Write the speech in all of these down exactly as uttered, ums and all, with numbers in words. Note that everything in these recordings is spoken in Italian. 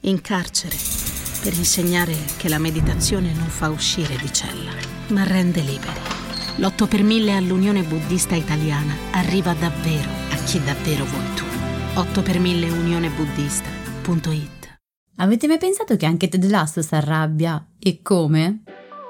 in carcere per insegnare che la meditazione non fa uscire di cella, ma rende liberi. L'otto per mille all'Unione Buddista Italiana arriva davvero a chi davvero vuoi tu. otto per mille unione buddista punto it. Avete mai pensato che anche Ted Lasso si arrabbia? E come?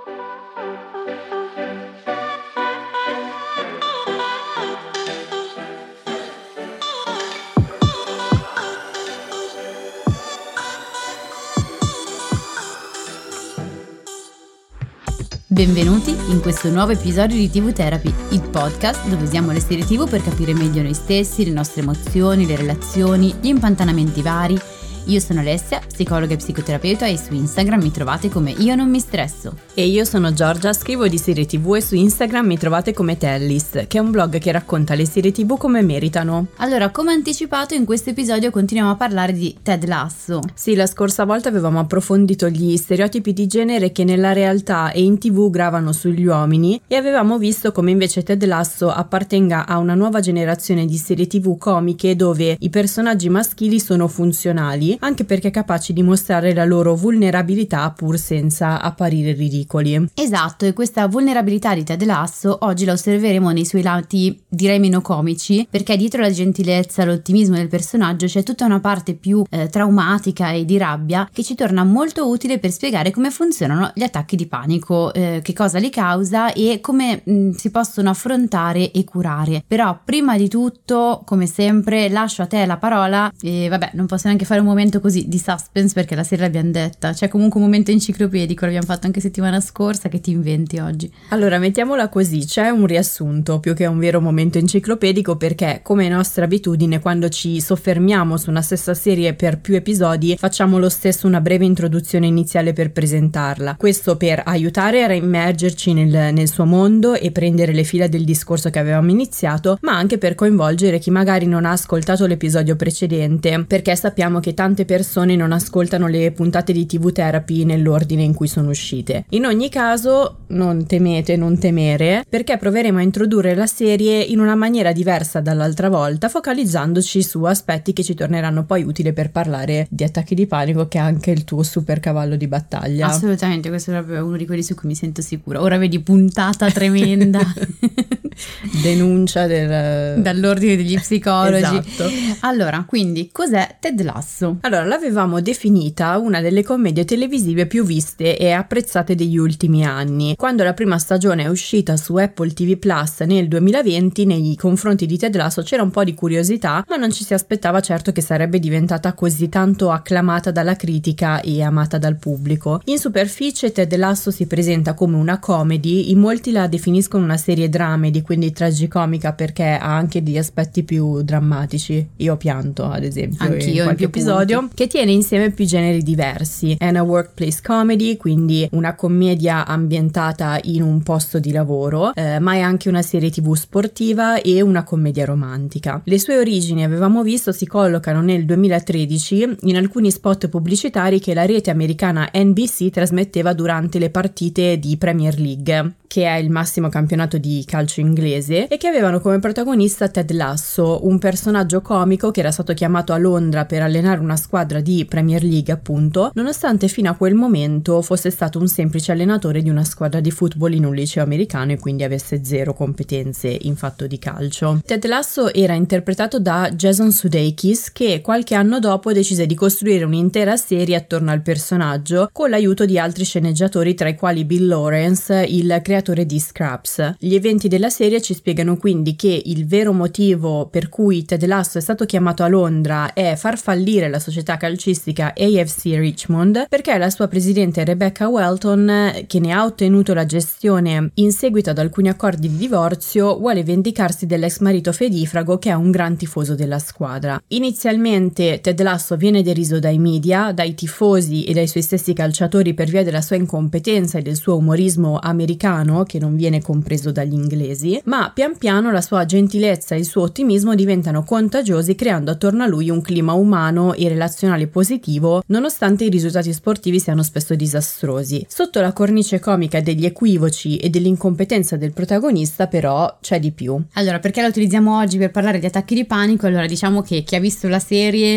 Benvenuti in questo nuovo episodio di T V Therapy, il podcast dove usiamo le serie T V per capire meglio noi stessi, le nostre emozioni, le relazioni, gli impantanamenti vari. Io sono Alessia, psicologa e psicoterapeuta, e su Instagram mi trovate come Io Non Mi Stresso. E io sono Giorgia, scrivo di serie T V e su Instagram mi trovate come Tellis, che è un blog che racconta le serie T V come meritano. Allora, come anticipato, in questo episodio continuiamo a parlare di Ted Lasso. Sì, la scorsa volta avevamo approfondito gli stereotipi di genere che nella realtà e in T V gravano sugli uomini, e avevamo visto come invece Ted Lasso appartenga a una nuova generazione di serie T V comiche dove i personaggi maschili sono funzionali, anche perché capaci di mostrare la loro vulnerabilità pur senza apparire ridicoli. Esatto, e questa vulnerabilità di Ted Lasso oggi la osserveremo nei suoi lati, direi, meno comici, perché dietro la gentilezza, l'ottimismo del personaggio c'è tutta una parte più eh, traumatica e di rabbia che ci torna molto utile per spiegare come funzionano gli attacchi di panico, eh, che cosa li causa e come mh, si possono affrontare e curare. Però prima di tutto, come sempre, lascio a te la parola e vabbè, non posso neanche fare un momento così di suspense perché la serie l'abbiamo detta, c'è comunque un momento enciclopedico, l'abbiamo fatto anche settimana scorsa, che ti inventi oggi? Allora, mettiamola così, c'è un riassunto più che un vero momento enciclopedico, perché come è nostra abitudine quando ci soffermiamo su una stessa serie per più episodi facciamo lo stesso una breve introduzione iniziale per presentarla, questo per aiutare a immergerci nel, nel suo mondo e prendere le fila del discorso che avevamo iniziato, ma anche per coinvolgere chi magari non ha ascoltato l'episodio precedente, perché sappiamo che tante persone non ascoltano le puntate di T V Therapy nell'ordine in cui sono uscite. In ogni caso, non temete, non temere, perché proveremo a introdurre la serie in una maniera diversa dall'altra volta, focalizzandoci su aspetti che ci torneranno poi utili per parlare di attacchi di panico, che è anche il tuo super cavallo di battaglia. Assolutamente, questo è proprio uno di quelli su cui mi sento sicura. Ora vedi, puntata tremenda. Denuncia del... dall'ordine degli psicologi. Esatto. Allora, quindi cos'è Ted Lasso? Allora, l'avevamo definita una delle commedie televisive più viste e apprezzate degli ultimi anni. Quando la prima stagione è uscita su Apple T V Plus nel duemilaventi, nei confronti di Ted Lasso c'era un po' di curiosità, ma non ci si aspettava certo che sarebbe diventata così tanto acclamata dalla critica e amata dal pubblico. In superficie Ted Lasso si presenta come una comedy, in molti la definiscono una serie dramedy, quindi tragicomica, perché ha anche degli aspetti più drammatici. Io ho pianto, ad esempio, anch'io in qualche in più episodio, punti. Che tiene insieme più generi diversi. È una workplace comedy, quindi una commedia ambientata in un posto di lavoro, eh, ma è anche una serie tv sportiva e una commedia romantica. Le sue origini, avevamo visto, si collocano nel duemilatredici in alcuni spot pubblicitari che la rete americana N B C trasmetteva durante le partite di Premier League, che è il massimo campionato di calcio inglese, e che avevano come protagonista Ted Lasso, un personaggio comico che era stato chiamato a Londra per allenare una squadra di Premier League, appunto, nonostante fino a quel momento fosse stato un semplice allenatore di una squadra di football in un liceo americano e quindi avesse zero competenze in fatto di calcio. Ted Lasso era interpretato da Jason Sudeikis, che qualche anno dopo decise di costruire un'intera serie attorno al personaggio con l'aiuto di altri sceneggiatori, tra i quali Bill Lawrence, il creatore di Scraps. Gli eventi della serie ci spiegano quindi che il vero motivo per cui Ted Lasso è stato chiamato a Londra è far fallire la società calcistica A F C Richmond, perché la sua presidente Rebecca Welton, che ne ha ottenuto la gestione in seguito ad alcuni accordi di divorzio, vuole vendicarsi dell'ex marito fedifrago, che è un gran tifoso della squadra. Inizialmente Ted Lasso viene deriso dai media, dai tifosi e dai suoi stessi calciatori per via della sua incompetenza e del suo umorismo americano, che non viene compreso dagli inglesi, ma pian piano la sua gentilezza e il suo ottimismo diventano contagiosi, creando attorno a lui un clima umano e relazionale positivo, nonostante i risultati sportivi siano spesso disastrosi. Sotto la cornice comica degli equivoci e dell'incompetenza del protagonista, però, c'è di più. Allora, perché la utilizziamo oggi per parlare di attacchi di panico? Allora, diciamo che chi ha visto la serie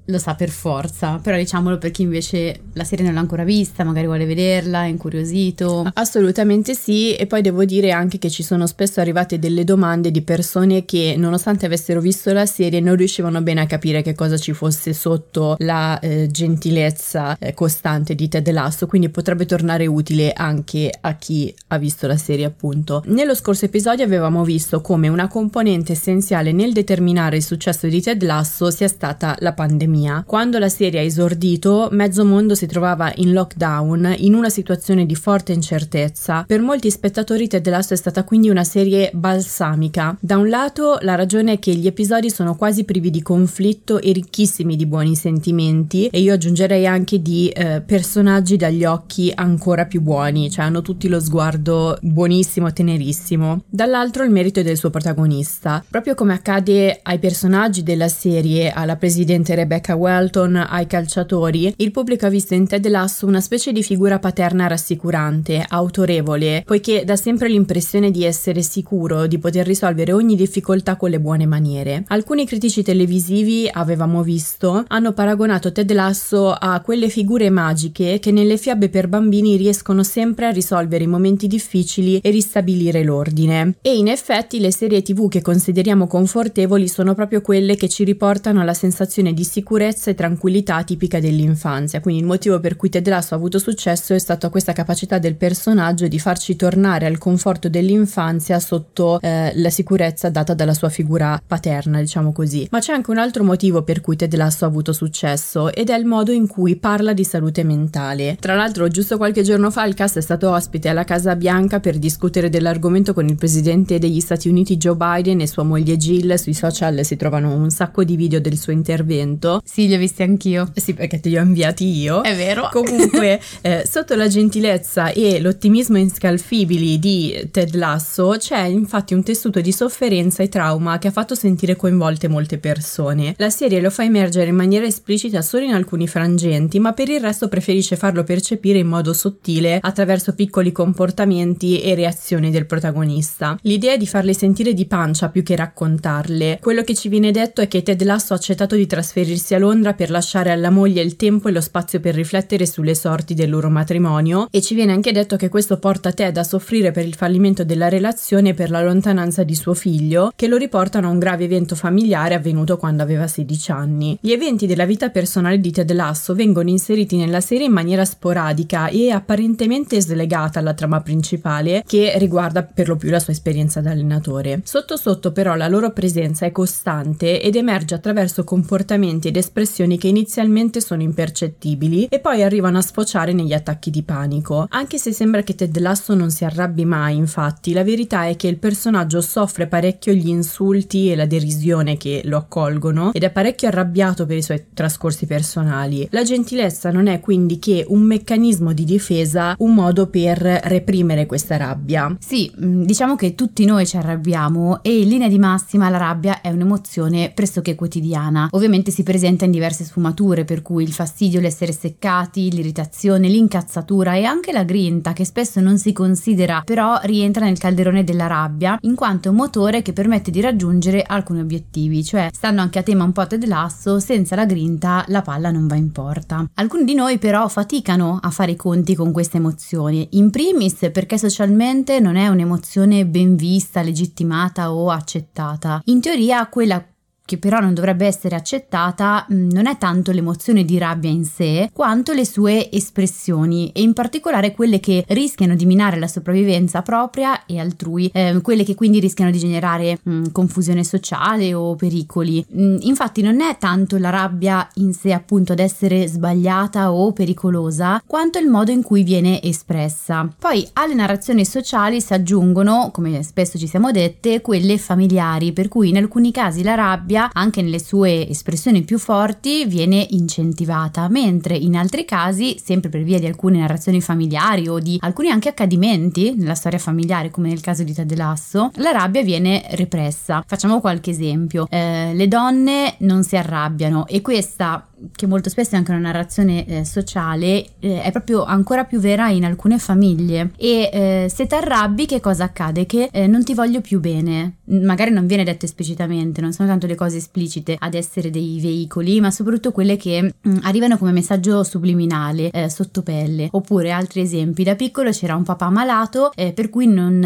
lo sa per forza, però diciamolo per chi invece la serie non l'ha ancora vista, magari vuole vederla, è incuriosito. Assolutamente sì, e poi devo dire anche che ci sono spesso arrivate delle domande di persone che nonostante avessero visto la serie non riuscivano bene a capire che cosa ci fosse sotto la eh, gentilezza eh, costante di Ted Lasso, quindi potrebbe tornare utile anche a chi ha visto la serie appunto. Nello scorso episodio avevamo visto come una componente essenziale nel determinare il successo di Ted Lasso sia stata la pandemia. Quando la serie ha esordito, mezzo mondo si trovava in lockdown, in una situazione di forte incertezza. Per molti spettatori Ted Lasso è stata quindi una serie balsamica. Da un lato la ragione è che gli episodi sono quasi privi di conflitto e ricchissimi di buoni sentimenti, e io aggiungerei anche di eh, personaggi dagli occhi ancora più buoni, cioè hanno tutti lo sguardo buonissimo, tenerissimo. Dall'altro il merito è del suo protagonista. Proprio come accade ai personaggi della serie, alla presidente Rebecca Welton, ai calciatori, il pubblico ha visto in Ted Lasso una specie di figura paterna rassicurante, autorevole, poiché dà sempre l'impressione di essere sicuro di poter risolvere ogni difficoltà con le buone maniere. Alcuni critici televisivi, avevamo visto, hanno paragonato Ted Lasso a quelle figure magiche che nelle fiabe per bambini riescono sempre a risolvere i momenti difficili e ristabilire l'ordine. E in effetti le serie tv che consideriamo confortevoli sono proprio quelle che ci riportano alla sensazione di sicurezza e tranquillità tipica dell'infanzia, quindi il motivo per cui Ted Lasso ha avuto successo è stata questa capacità del personaggio di farci tornare al conforto dell'infanzia sotto eh, la sicurezza data dalla sua figura paterna, diciamo così. Ma c'è anche un altro motivo per cui Ted Lasso ha avuto successo, ed è il modo in cui parla di salute mentale. Tra l'altro giusto qualche giorno fa il cast è stato ospite alla Casa Bianca per discutere dell'argomento con il presidente degli Stati Uniti Joe Biden e sua moglie Jill. Sui social si trovano un sacco di video del suo intervento. Sì, li ho visti anch'io. Sì, perché te li ho inviati io. È vero. Comunque, eh, sotto la gentilezza e l'ottimismo inscalfibili di Ted Lasso c'è infatti un tessuto di sofferenza e trauma che ha fatto sentire coinvolte molte persone. La serie lo fa emergere in maniera esplicita solo in alcuni frangenti, ma per il resto preferisce farlo percepire in modo sottile attraverso piccoli comportamenti e reazioni del protagonista. L'idea è di farle sentire di pancia più che raccontarle. Quello che ci viene detto è che Ted Lasso ha accettato di trasferirsi a Londra per lasciare alla moglie il tempo e lo spazio per riflettere sulle sorti del loro matrimonio, e ci viene anche detto che questo porta Ted a soffrire per il fallimento della relazione e per la lontananza di suo figlio, che lo riportano a un grave evento familiare avvenuto quando aveva sedici anni. Gli eventi della vita personale di Ted Lasso vengono inseriti nella serie in maniera sporadica e apparentemente slegata alla trama principale, che riguarda per lo più la sua esperienza da allenatore. Sotto sotto però la loro presenza è costante ed emerge attraverso comportamenti ed espressioni che inizialmente sono impercettibili e poi arrivano a sfociare negli attacchi di panico. Anche se sembra che Ted Lasso non si arrabbi mai, infatti, la verità è che il personaggio soffre parecchio gli insulti e la derisione che lo accolgono ed è parecchio arrabbiato per i suoi trascorsi personali. La gentilezza non è quindi che un meccanismo di difesa, un modo per reprimere questa rabbia. Sì, diciamo che tutti noi ci arrabbiamo e in linea di massima la rabbia è un'emozione pressoché quotidiana. Ovviamente si presenta in diverse sfumature, per cui il fastidio, l'essere seccati, l'irritazione, l'incazzatura e anche la grinta, che spesso non si considera, però rientra nel calderone della rabbia, in quanto è un motore che permette di raggiungere alcuni obiettivi, cioè, stando anche a tema un po' Ted Lasso, senza la grinta la palla non va in porta. Alcuni di noi però faticano a fare i conti con queste emozioni, in primis perché socialmente non è un'emozione ben vista, legittimata o accettata. In teoria quella che però non dovrebbe essere accettata non è tanto l'emozione di rabbia in sé quanto le sue espressioni, e in particolare quelle che rischiano di minare la sopravvivenza propria e altrui, eh, quelle che quindi rischiano di generare mh, confusione sociale o pericoli. Mh, infatti non è tanto la rabbia in sé appunto ad essere sbagliata o pericolosa quanto il modo in cui viene espressa. Poi alle narrazioni sociali si aggiungono, come spesso ci siamo dette, quelle familiari, per cui in alcuni casi la rabbia, anche nelle sue espressioni più forti, viene incentivata, mentre in altri casi, sempre per via di alcune narrazioni familiari o di alcuni anche accadimenti nella storia familiare, come nel caso di Ted Lasso, la rabbia viene repressa. Facciamo qualche esempio. Eh, le donne non si arrabbiano, e questa che molto spesso è anche una narrazione eh, sociale, eh, è proprio ancora più vera in alcune famiglie. E eh, se ti arrabbi, che cosa accade? Che eh, non ti voglio più bene. Magari non viene detto esplicitamente, non sono tanto le cose esplicite ad essere dei veicoli, ma soprattutto quelle che mh, arrivano come messaggio subliminale, eh, sotto pelle. Oppure altri esempi: da piccolo c'era un papà malato, eh, per cui non,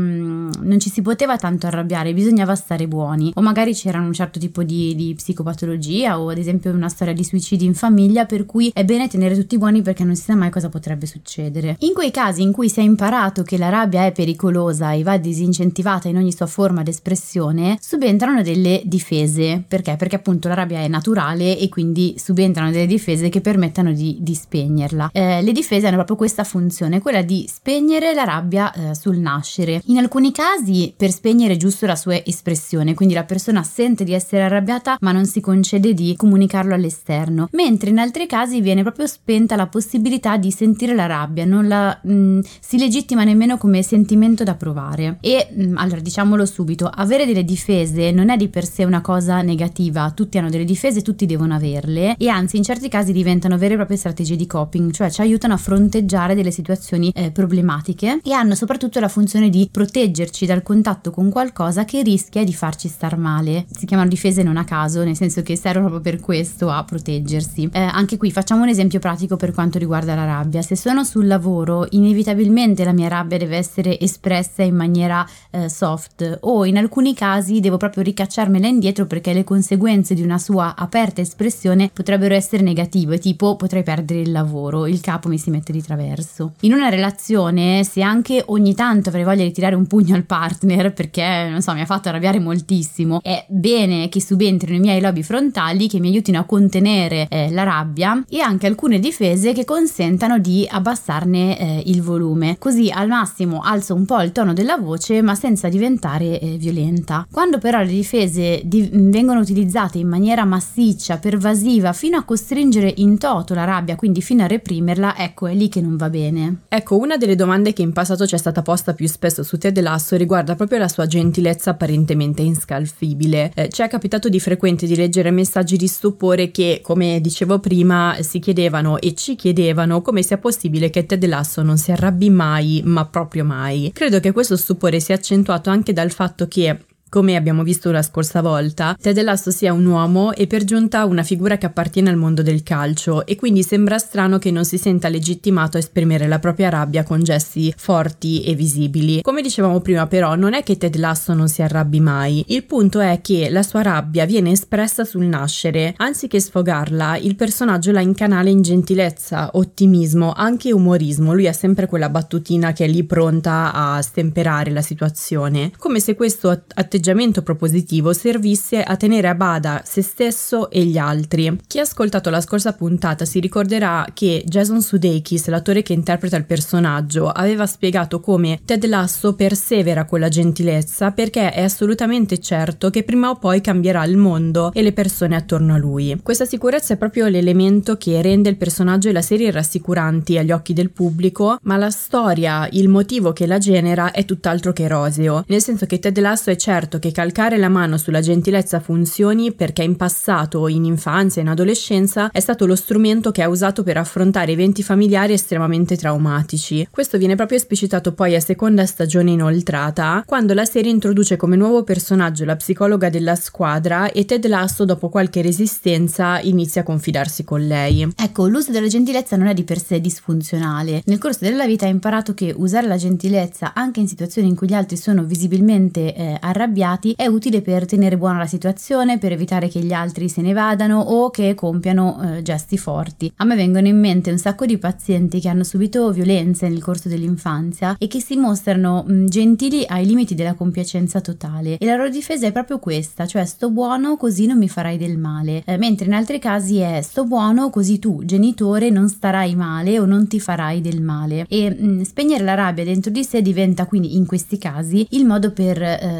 mh, non ci si poteva tanto arrabbiare, bisognava stare buoni. O magari c'era un certo tipo di, di psicopatologia, o ad esempio una storia di suicidi in famiglia, per cui è bene tenere tutti buoni perché non si sa mai cosa potrebbe succedere. In quei casi in cui si è imparato che la rabbia è pericolosa e va disincentivata in ogni sua forma d'espressione, subentrano delle difese. Perché? Perché appunto la rabbia è naturale e quindi subentrano delle difese che permettano di, di spegnerla. Eh, le difese hanno proprio questa funzione, quella di spegnere la rabbia eh, sul nascere. In alcuni casi per spegnere giusto la sua espressione, quindi la persona sente di essere arrabbiata ma non si concede di comunicarlo all'esterno, mentre in altri casi viene proprio spenta la possibilità di sentire la rabbia, non la mh, si legittima nemmeno come sentimento da provare. E mh, allora diciamolo subito, avere delle difese non è di per sé una cosa negativa, tutti hanno delle difese, tutti devono averle, e anzi in certi casi diventano vere e proprie strategie di coping, cioè ci aiutano a fronteggiare delle situazioni eh, problematiche, e hanno soprattutto la funzione di proteggerci dal contatto con qualcosa che rischia di farci star male. Si chiamano difese non a caso, nel senso che servono proprio per questo, a proteggersi. Eh, anche qui facciamo un esempio pratico per quanto riguarda la rabbia. Se sono sul lavoro, inevitabilmente la mia rabbia deve essere espressa in maniera eh, soft, o in alcuni casi devo proprio ricacciarmela indietro perché le conseguenze di una sua aperta espressione potrebbero essere negative, tipo potrei perdere il lavoro, il capo mi si mette di traverso. In una relazione, se anche ogni tanto avrei voglia di tirare un pugno al partner perché, non so, mi ha fatto arrabbiare moltissimo, è bene che subentrino i miei lobi frontali che mi aiutino a contenere eh, la rabbia, e anche alcune difese che consentano di abbassarne eh, il volume, così al massimo alzo un po' il tono della voce ma senza diventare eh, violenta. Quando però le difese di- vengono utilizzate in maniera massiccia, pervasiva, fino a costringere in toto la rabbia, quindi fino a reprimerla, ecco, è lì che non va bene. Ecco, una delle domande che in passato ci è stata posta più spesso su Ted Lasso riguarda proprio la sua gentilezza apparentemente inscalfibile. Eh, ci è capitato di frequente di leggere messaggi di stupore che, come dicevo prima, si chiedevano e ci chiedevano come sia possibile che Ted Lasso non si arrabbi mai, ma proprio mai. Credo che questo stupore sia accentuato anche dal fatto che, come abbiamo visto la scorsa volta, Ted Lasso sia un uomo e per giunta una figura che appartiene al mondo del calcio, e quindi sembra strano che non si senta legittimato a esprimere la propria rabbia con gesti forti e visibili. Come dicevamo prima, però, non è che Ted Lasso non si arrabbi mai, il punto è che la sua rabbia viene espressa sul nascere. Anziché sfogarla, il personaggio la incanala in gentilezza, ottimismo, anche umorismo. Lui ha sempre quella battutina che è lì pronta a stemperare la situazione, come se questo atteggiamento atteggiamento propositivo servisse a tenere a bada se stesso e gli altri. Chi ha ascoltato la scorsa puntata si ricorderà che Jason Sudeikis, l'attore che interpreta il personaggio, aveva spiegato come Ted Lasso persevera con la gentilezza perché è assolutamente certo che prima o poi cambierà il mondo e le persone attorno a lui. Questa sicurezza è proprio l'elemento che rende il personaggio e la serie rassicuranti agli occhi del pubblico, ma la storia, il motivo che la genera è tutt'altro che roseo, nel senso che Ted Lasso è certo che calcare la mano sulla gentilezza funzioni perché in passato, in infanzia e in adolescenza, è stato lo strumento che ha usato per affrontare eventi familiari estremamente traumatici. Questo viene proprio esplicitato poi a seconda stagione inoltrata, quando la serie introduce come nuovo personaggio la psicologa della squadra e Ted Lasso, dopo qualche resistenza, inizia a confidarsi con lei. Ecco, l'uso della gentilezza non è di per sé disfunzionale. Nel corso della vita ha imparato che usare la gentilezza anche in situazioni in cui gli altri sono visibilmente eh, arrabbiati è utile per tenere buona la situazione, per evitare che gli altri se ne vadano o che compiano eh, gesti forti. A me vengono in mente un sacco di pazienti che hanno subito violenze nel corso dell'infanzia e che si mostrano mh, gentili ai limiti della compiacenza totale, e la loro difesa è proprio questa, cioè sto buono così non mi farai del male, eh, mentre in altri casi è sto buono così tu, genitore, non starai male o non ti farai del male. E mh, spegnere la rabbia dentro di sé diventa quindi in questi casi il modo per eh, spegnere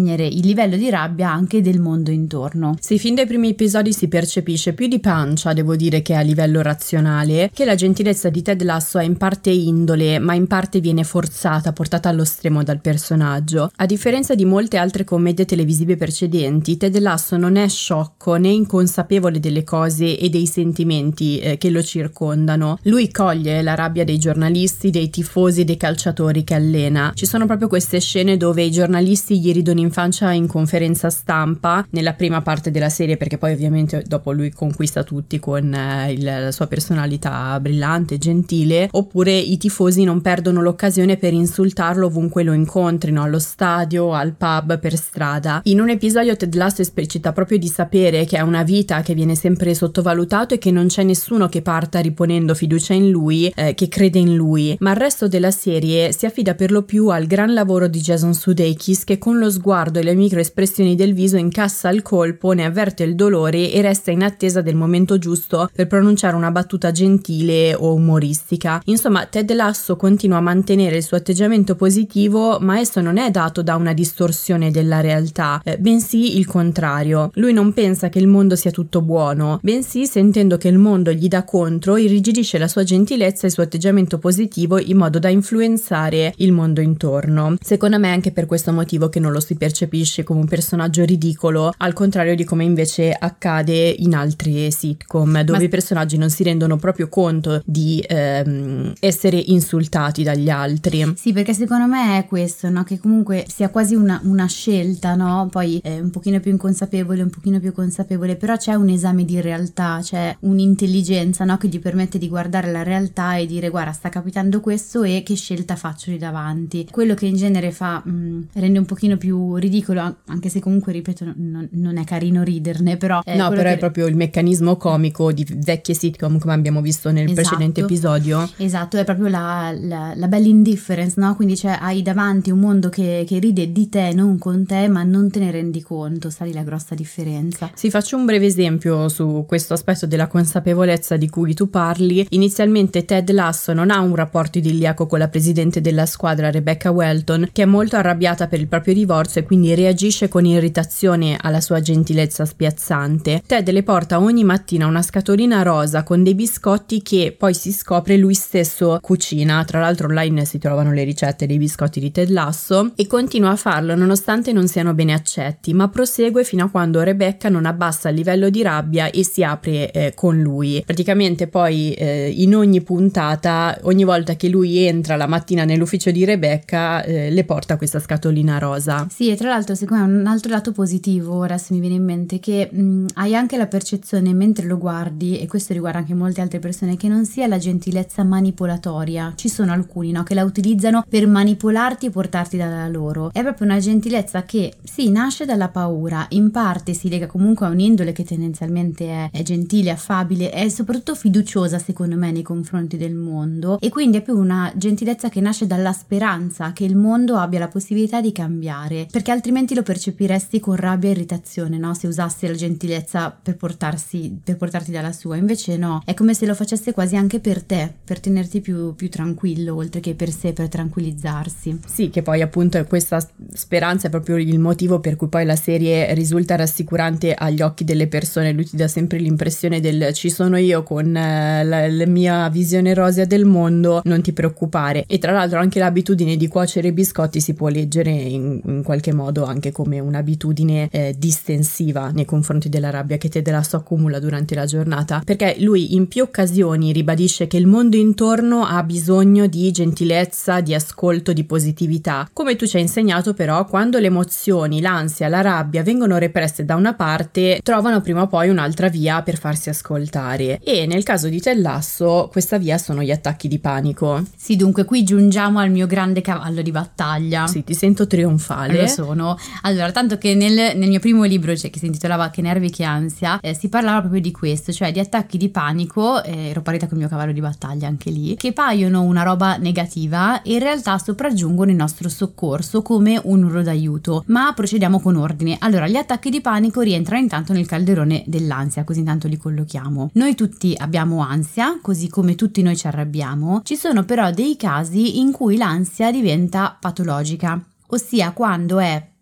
spegnere il livello di rabbia anche del mondo intorno. Sì, fin dai primi episodi si percepisce più di pancia, devo dire, che a livello razionale, che la gentilezza di Ted Lasso è in parte indole, ma in parte viene forzata, portata allo stremo dal personaggio. A differenza di molte altre commedie televisive precedenti, Ted Lasso non è sciocco né inconsapevole delle cose e dei sentimenti eh, che lo circondano. Lui coglie la rabbia dei giornalisti, dei tifosi, dei calciatori che allena. Ci sono proprio queste scene dove i giornalisti gli ridono in faccia in conferenza stampa nella prima parte della serie, perché poi ovviamente dopo lui conquista tutti con eh, il, la sua personalità brillante, gentile, oppure i tifosi non perdono l'occasione per insultarlo ovunque lo incontrino, allo stadio, al pub, per strada. In un episodio Ted Lasso esplicita proprio di sapere che ha una vita che viene sempre sottovalutato e che non c'è nessuno che parta riponendo fiducia in lui, eh, che crede in lui, ma il resto della serie si affida per lo più al gran lavoro di Jason Sudeikis, che con lo sguardo e le microespressioni del viso incassa il colpo, ne avverte il dolore e resta in attesa del momento giusto per pronunciare una battuta gentile o umoristica. Insomma, Ted Lasso continua a mantenere il suo atteggiamento positivo, ma esso non è dato da una distorsione della realtà, eh, bensì il contrario. Lui non pensa che il mondo sia tutto buono, bensì, sentendo che il mondo gli dà contro, irrigidisce la sua gentilezza e il suo atteggiamento positivo in modo da influenzare il mondo intorno. Secondo me è anche per questo motivo che non lo si percepisce come un personaggio ridicolo, al contrario di come invece accade in altri sitcom, dove Ma... i personaggi non si rendono proprio conto di ehm, essere insultati dagli altri. Sì, perché secondo me è questo, no? Che comunque sia quasi una, una scelta, no? Poi è un pochino più inconsapevole, un pochino più consapevole, però c'è un esame di realtà, c'è un'intelligenza, no? Che gli permette di guardare la realtà e dire: guarda, sta capitando questo e che scelta faccio lì davanti. Quello che in genere fa mh, rende un pochino più ridicolo, anche se comunque, ripeto, non, non è carino riderne, però è no, però che... è proprio il meccanismo comico di vecchie sitcom, come abbiamo visto nel esatto. precedente episodio. Esatto, è proprio la, la, la bella indifference, no? Quindi cioè, hai davanti un mondo che, che ride di te, non con te, ma non te ne rendi conto, sta lì la grossa differenza. Sì, faccio un breve esempio su questo aspetto della consapevolezza di cui tu parli. Inizialmente Ted Lasso non ha un rapporto idilliaco con la presidente della squadra, Rebecca Welton, che è molto arrabbiata per il proprio divorzio e quindi reagisce con irritazione alla sua gentilezza spiazzante. Ted le porta ogni mattina una scatolina rosa con dei biscotti che poi si scopre lui stesso cucina. Tra l'altro online si trovano le ricette dei biscotti di Ted Lasso, e continua a farlo nonostante non siano bene accetti, ma prosegue fino a quando Rebecca non abbassa il livello di rabbia e si apre eh, con lui. Praticamente poi eh, in ogni puntata, ogni volta che lui entra la mattina nell'ufficio di Rebecca, eh, le porta questa scatolina rosa. Sì, e tra l'altro secondo me un altro lato positivo, ora se mi viene in mente, che mh, hai anche la percezione mentre lo guardi, e questo riguarda anche molte altre persone, che non sia la gentilezza manipolatoria. Ci sono alcuni, no, che la utilizzano per manipolarti e portarti dalla loro. È proprio una gentilezza che sì, nasce dalla paura, in parte si lega comunque a un'indole che tendenzialmente è, è gentile, affabile, è soprattutto fiduciosa secondo me nei confronti del mondo, e quindi è più una gentilezza che nasce dalla speranza che il mondo abbia la possibilità di cambiare, perché altrimenti lo percepiresti con rabbia e irritazione, no? Se usassi la gentilezza per portarsi per portarti dalla sua. Invece no, è come se lo facesse quasi anche per te, per tenerti più, più tranquillo, oltre che per sé, per tranquillizzarsi. Sì, che poi appunto questa speranza è proprio il motivo per cui poi la serie risulta rassicurante agli occhi delle persone. Lui ti dà sempre l'impressione del: ci sono io con eh, la, la mia visione rosea del mondo, non ti preoccupare. E tra l'altro anche l'abitudine di cuocere i biscotti si può leggere in, in qualche modo anche come un'abitudine eh, distensiva nei confronti della rabbia che Ted Lasso accumula durante la giornata, perché lui in più occasioni ribadisce che il mondo intorno ha bisogno di gentilezza, di ascolto, di positività. Come tu ci hai insegnato, però, quando le emozioni, l'ansia, la rabbia vengono represse da una parte, trovano prima o poi un'altra via per farsi ascoltare, e nel caso di Ted Lasso questa via sono gli attacchi di panico. Sì, dunque qui giungiamo al mio grande cavallo di battaglia. Sì, ti sento trionfale. Lo sono. Allora, tanto che nel, nel mio primo libro, cioè, che si intitolava Che nervi che ansia, eh, si parlava proprio di questo, cioè di attacchi di panico, eh, ero partita con il mio cavallo di battaglia anche lì, che paiono una roba negativa e in realtà sopraggiungono il nostro soccorso come un urlo d'aiuto. Ma procediamo con ordine. Allora, gli attacchi di panico rientrano intanto nel calderone dell'ansia, così intanto li collochiamo. Noi tutti abbiamo ansia, così come tutti noi ci arrabbiamo. Ci sono però dei casi in cui l'ansia diventa patologica, ossia quando è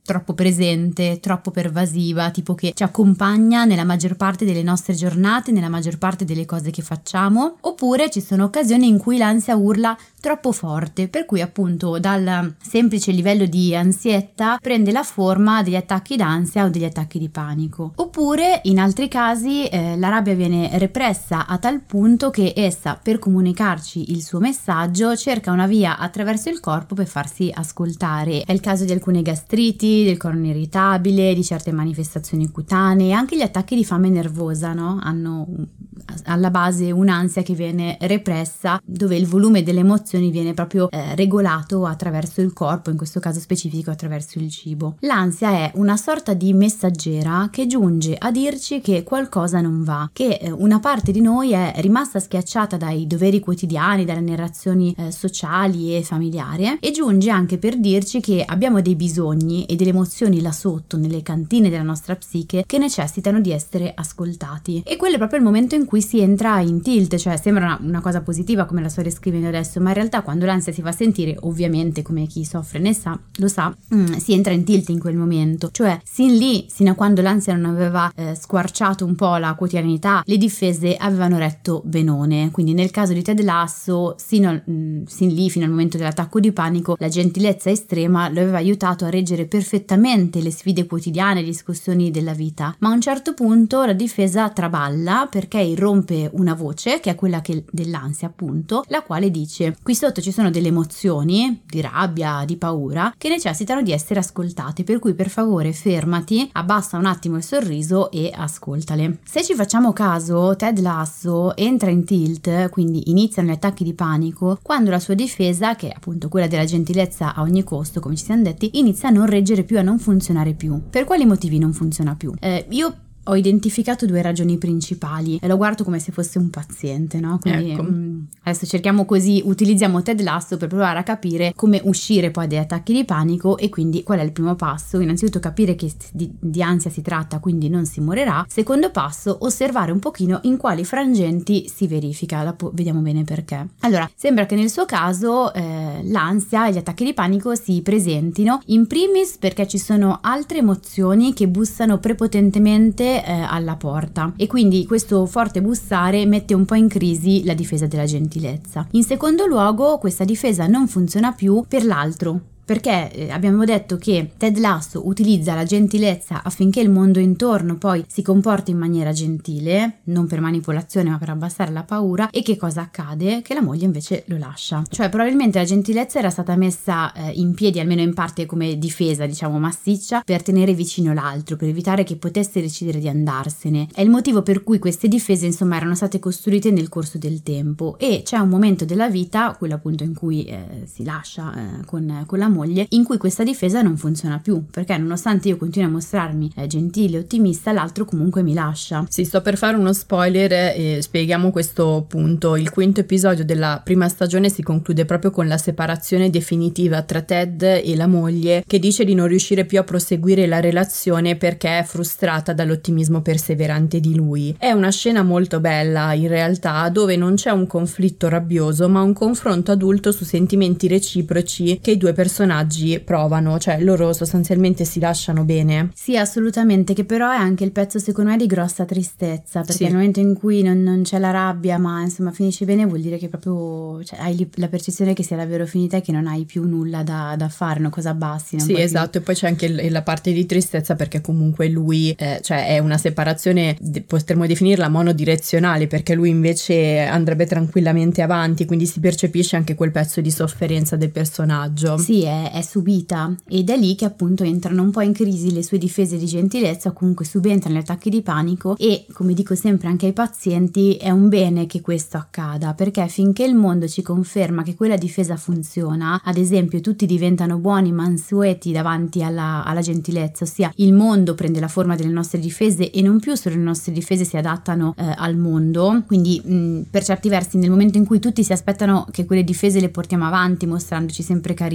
troppo presente, troppo pervasiva, tipo che ci accompagna nella maggior parte delle nostre giornate, nella maggior parte delle cose che facciamo, oppure ci sono occasioni in cui l'ansia urla troppo forte, per cui appunto dal semplice livello di ansietta prende la forma degli attacchi d'ansia o degli attacchi di panico. Oppure in altri casi eh, la rabbia viene repressa a tal punto che essa, per comunicarci il suo messaggio, cerca una via attraverso il corpo per farsi ascoltare. È il caso di alcune gastriti, del colon irritabile, di certe manifestazioni cutanee. Anche gli attacchi di fame nervosa, no? Hanno alla base un'ansia che viene repressa, dove il volume delle emozioni viene proprio eh, regolato attraverso il corpo, in questo caso specifico attraverso il cibo. L'ansia è una sorta di messaggera che giunge a dirci che qualcosa non va, che eh, una parte di noi è rimasta schiacciata dai doveri quotidiani, dalle narrazioni eh, sociali e familiari, e giunge anche per dirci che abbiamo dei bisogni e delle emozioni là sotto, nelle cantine della nostra psiche, che necessitano di essere ascoltati. E quello è proprio il momento in cui si entra in tilt, cioè sembra una, una cosa positiva come la sto descrivendo adesso, ma in realtà quando l'ansia si fa sentire, ovviamente come chi soffre ne sa, lo sa, mm, si entra in tilt in quel momento, cioè sin lì, sino a quando l'ansia non aveva eh, squarciato un po' la quotidianità, le difese avevano retto benone. Quindi nel caso di Ted Lasso, sino, mm, sin lì, fino al momento dell'attacco di panico, la gentilezza estrema lo aveva aiutato a reggere perfettamente le sfide quotidiane, le discussioni della vita, ma a un certo punto la difesa traballa perché irrompe una voce, che è quella che, dell'ansia appunto, la quale dice: qui sotto ci sono delle emozioni di rabbia, di paura, che necessitano di essere ascoltate, per cui per favore fermati, abbassa un attimo il sorriso e ascoltale. Se ci facciamo caso, Ted Lasso entra in tilt, quindi iniziano gli attacchi di panico, quando la sua difesa, che è appunto quella della gentilezza a ogni costo, come ci siamo detti, inizia a non reggere più, a non funzionare più. Per quali motivi non funziona più? Eh, io ho identificato due ragioni principali e lo guardo come se fosse un paziente, no? Quindi ecco. mh, adesso cerchiamo così, utilizziamo Ted Lasso per provare a capire come uscire poi dagli attacchi di panico, e quindi qual è il primo passo? Innanzitutto capire che di, di ansia si tratta, quindi non si morirà. Secondo passo, osservare un pochino in quali frangenti si verifica, dopo vediamo bene perché. Allora, sembra che nel suo caso eh, l'ansia e gli attacchi di panico si presentino in primis perché ci sono altre emozioni che bussano prepotentemente Eh, alla porta, e quindi questo forte bussare mette un po' in crisi la difesa della gentilezza. In secondo luogo, questa difesa non funziona più per l'altro, perché eh, abbiamo detto che Ted Lasso utilizza la gentilezza affinché il mondo intorno poi si comporti in maniera gentile, non per manipolazione ma per abbassare la paura. E che cosa accade? Che la moglie invece lo lascia. Cioè probabilmente la gentilezza era stata messa eh, in piedi, almeno in parte come difesa, diciamo massiccia, per tenere vicino l'altro, per evitare che potesse decidere di andarsene. È il motivo per cui queste difese insomma erano state costruite nel corso del tempo, e c'è un momento della vita, quello appunto in cui eh, si lascia eh, con, con la moglie, in cui questa difesa non funziona più, perché nonostante io continui a mostrarmi eh, gentile, ottimista, l'altro comunque mi lascia. Sì, sto per fare uno spoiler e spieghiamo questo punto. Il quinto episodio della prima stagione si conclude proprio con la separazione definitiva tra Ted e la moglie, che dice di non riuscire più a proseguire la relazione perché è frustrata dall'ottimismo perseverante di lui. È una scena molto bella in realtà, dove non c'è un conflitto rabbioso ma un confronto adulto su sentimenti reciproci che i due personaggi provano, cioè loro sostanzialmente si lasciano bene. Sì, assolutamente, che però è anche il pezzo secondo me di grossa tristezza, perché sì. nel momento in cui non, non c'è la rabbia ma insomma finisce bene, vuol dire che proprio cioè, hai la percezione che sia davvero finita e che non hai più nulla da, da fare, una cosa bassi. Sì, esatto, più. E poi c'è anche l- la parte di tristezza perché comunque lui eh, cioè è una separazione, de- potremmo definirla monodirezionale, perché lui invece andrebbe tranquillamente avanti, quindi si percepisce anche quel pezzo di sofferenza del personaggio. Sì, è, è subita, ed è lì che appunto entrano un po' in crisi le sue difese di gentilezza, o comunque subentrano gli attacchi di panico. E come dico sempre anche ai pazienti, è un bene che questo accada, perché finché il mondo ci conferma che quella difesa funziona, ad esempio tutti diventano buoni mansueti davanti alla, alla gentilezza, ossia il mondo prende la forma delle nostre difese e non più solo le nostre difese si adattano eh, al mondo, quindi mh, per certi versi nel momento in cui tutti si aspettano che quelle difese le portiamo avanti mostrandoci sempre carini, in qualche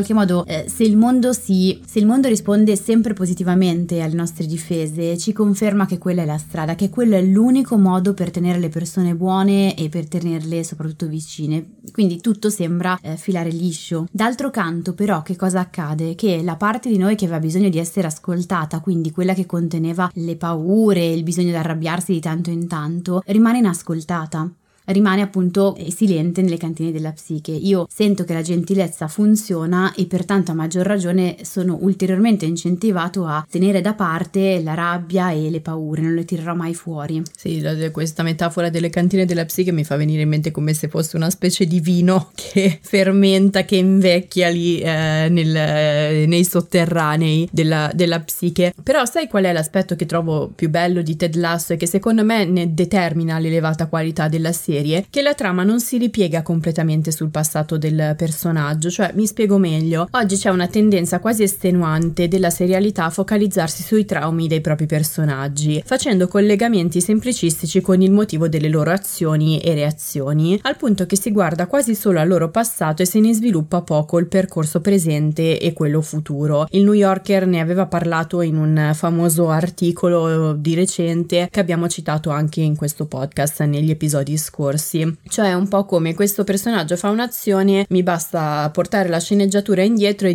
qualche modo eh, se il mondo si se il mondo risponde sempre positivamente alle nostre difese, ci conferma che quella è la strada, che quello è l'unico modo per tenere le persone buone e per tenerle soprattutto vicine. Quindi tutto sembra eh, filare liscio. D'altro canto però che cosa accade? Che la parte di noi che aveva bisogno di essere ascoltata, quindi quella che conteneva le paure, il bisogno di arrabbiarsi di tanto in tanto, rimane inascoltata. Rimane appunto silente nelle cantine della psiche. Io sento che la gentilezza funziona e pertanto a maggior ragione sono ulteriormente incentivato a tenere da parte la rabbia e le paure, non le tirerò mai fuori. Sì, questa metafora delle cantine della psiche mi fa venire in mente come se fosse una specie di vino che fermenta, che invecchia lì eh, nel, nei sotterranei della, della psiche. Però sai qual è l'aspetto che trovo più bello di Ted Lasso e che secondo me ne determina l'elevata qualità della serie? Che la trama non si ripiega completamente sul passato del personaggio. Cioè, mi spiego meglio, oggi c'è una tendenza quasi estenuante della serialità a focalizzarsi sui traumi dei propri personaggi, facendo collegamenti semplicistici con il motivo delle loro azioni e reazioni, al punto che si guarda quasi solo al loro passato e se ne sviluppa poco il percorso presente e quello futuro. Il New Yorker ne aveva parlato in un famoso articolo di recente che abbiamo citato anche in questo podcast negli episodi scorsi. Cioè un po' come questo personaggio fa un'azione, mi basta portare la sceneggiatura indietro e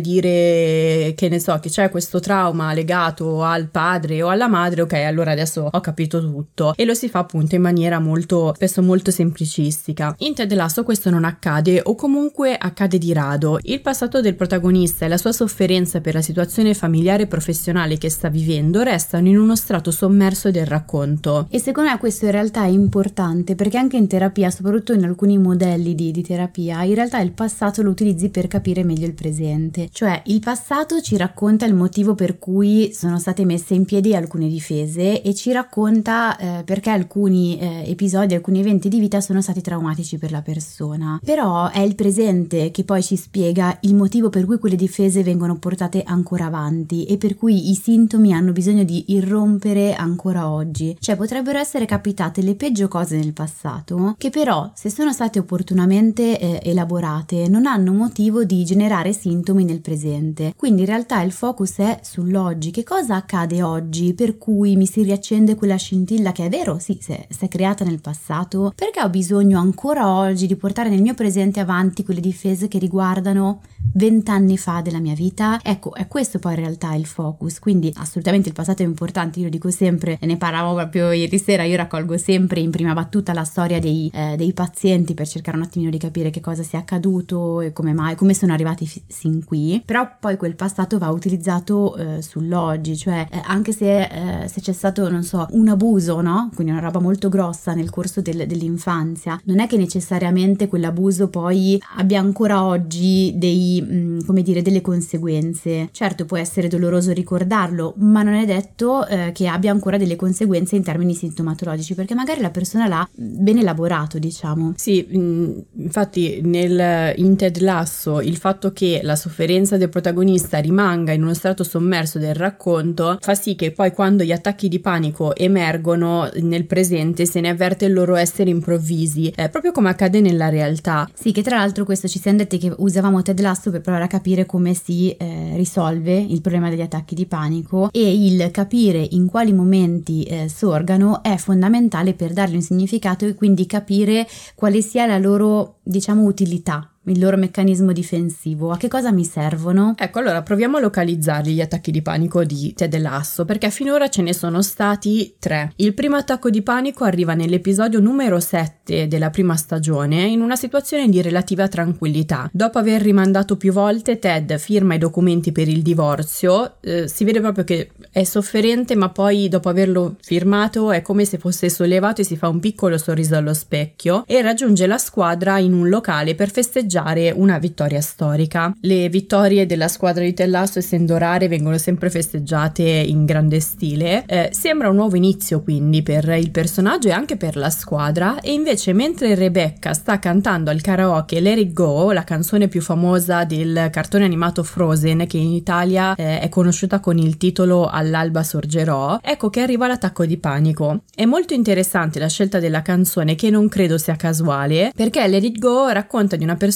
dire che ne so che c'è questo trauma legato al padre o alla madre, ok, allora adesso ho capito tutto, e lo si fa appunto in maniera molto spesso molto semplicistica. In Ted Lasso questo non accade, o comunque accade di rado. Il passato del protagonista e la sua sofferenza per la situazione familiare e professionale che sta vivendo restano in uno strato sommerso del racconto, e secondo me questo in realtà è importante perché anche in terapia, soprattutto in alcuni modelli di, di terapia, in realtà il passato lo utilizzi per capire meglio il presente. Cioè il passato ci racconta il motivo per cui sono state messe in piedi alcune difese e ci racconta eh, perché alcuni eh, episodi, alcuni eventi di vita sono stati traumatici per la persona. Però è il presente che poi ci spiega il motivo per cui quelle difese vengono portate ancora avanti e per cui i sintomi hanno bisogno di irrompere ancora oggi. Cioè potrebbero essere capitate le peggio cose nel passato, che però se sono state opportunamente eh, elaborate non hanno motivo di generare sintomi nel presente. Quindi in realtà il focus è sull'oggi. Che cosa accade oggi per cui mi si riaccende quella scintilla che è vero, sì, si è, si è creata nel passato? Perché ho bisogno ancora oggi di portare nel mio presente avanti quelle difese che riguardano vent'anni fa della mia vita? Ecco, è questo poi in realtà il focus. Quindi assolutamente il passato è importante, io lo dico sempre, e ne parlavamo proprio ieri sera, io raccolgo sempre in prima battuta la storia dei, eh, dei pazienti per cercare un attimino di capire che cosa sia accaduto e come mai, come sono arrivati f- sin qui. Però poi quel passato va utilizzato eh, sull'oggi, cioè eh, anche se, eh, se c'è stato, non so, un abuso, no? Quindi una roba molto grossa nel corso del, dell'infanzia, non è che necessariamente quell'abuso poi abbia ancora oggi dei, mh, come dire, delle conseguenze. Certo può essere doloroso ricordarlo, ma non è detto eh, che abbia ancora delle conseguenze in termini sintomatologici, perché magari la persona l'ha ben elaborato, diciamo. Sì, infatti nel, in Ted Lasso il fatto che la sofferenza del protagonista rimanga in uno strato sommerso del racconto fa sì che poi quando gli attacchi di panico emergono nel presente se ne avverte il loro essere improvvisi, eh, proprio come accade nella realtà. Sì, che tra l'altro questo ci siamo detti che usavamo Ted Lasso per provare a capire come si eh, risolve il problema degli attacchi di panico, e il capire in quali momenti eh, sorgano è fondamentale per dargli un significato e quindi capire quale sia la loro, diciamo, utilità, il loro meccanismo difensivo. A che cosa mi servono? Ecco, allora proviamo a localizzarli gli attacchi di panico di Ted Lasso, perché finora ce ne sono stati tre. Il primo attacco di panico arriva nell'episodio numero sette della prima stagione, in una situazione di relativa tranquillità. Dopo aver rimandato più volte, Ted firma i documenti per il divorzio, eh, si vede proprio che è sofferente, ma poi dopo averlo firmato è come se fosse sollevato e si fa un piccolo sorriso allo specchio e raggiunge la squadra in un locale per festeggiare una vittoria storica. Le vittorie della squadra di Ted Lasso, essendo rare, vengono sempre festeggiate in grande stile. Eh, sembra un nuovo inizio quindi per il personaggio e anche per la squadra, e invece mentre Rebecca sta cantando al karaoke Let It Go, la canzone più famosa del cartone animato Frozen, che in Italia eh, è conosciuta con il titolo All'alba sorgerò, ecco che arriva l'attacco di panico. È molto interessante la scelta della canzone, che non credo sia casuale, perché Let It Go racconta di una persona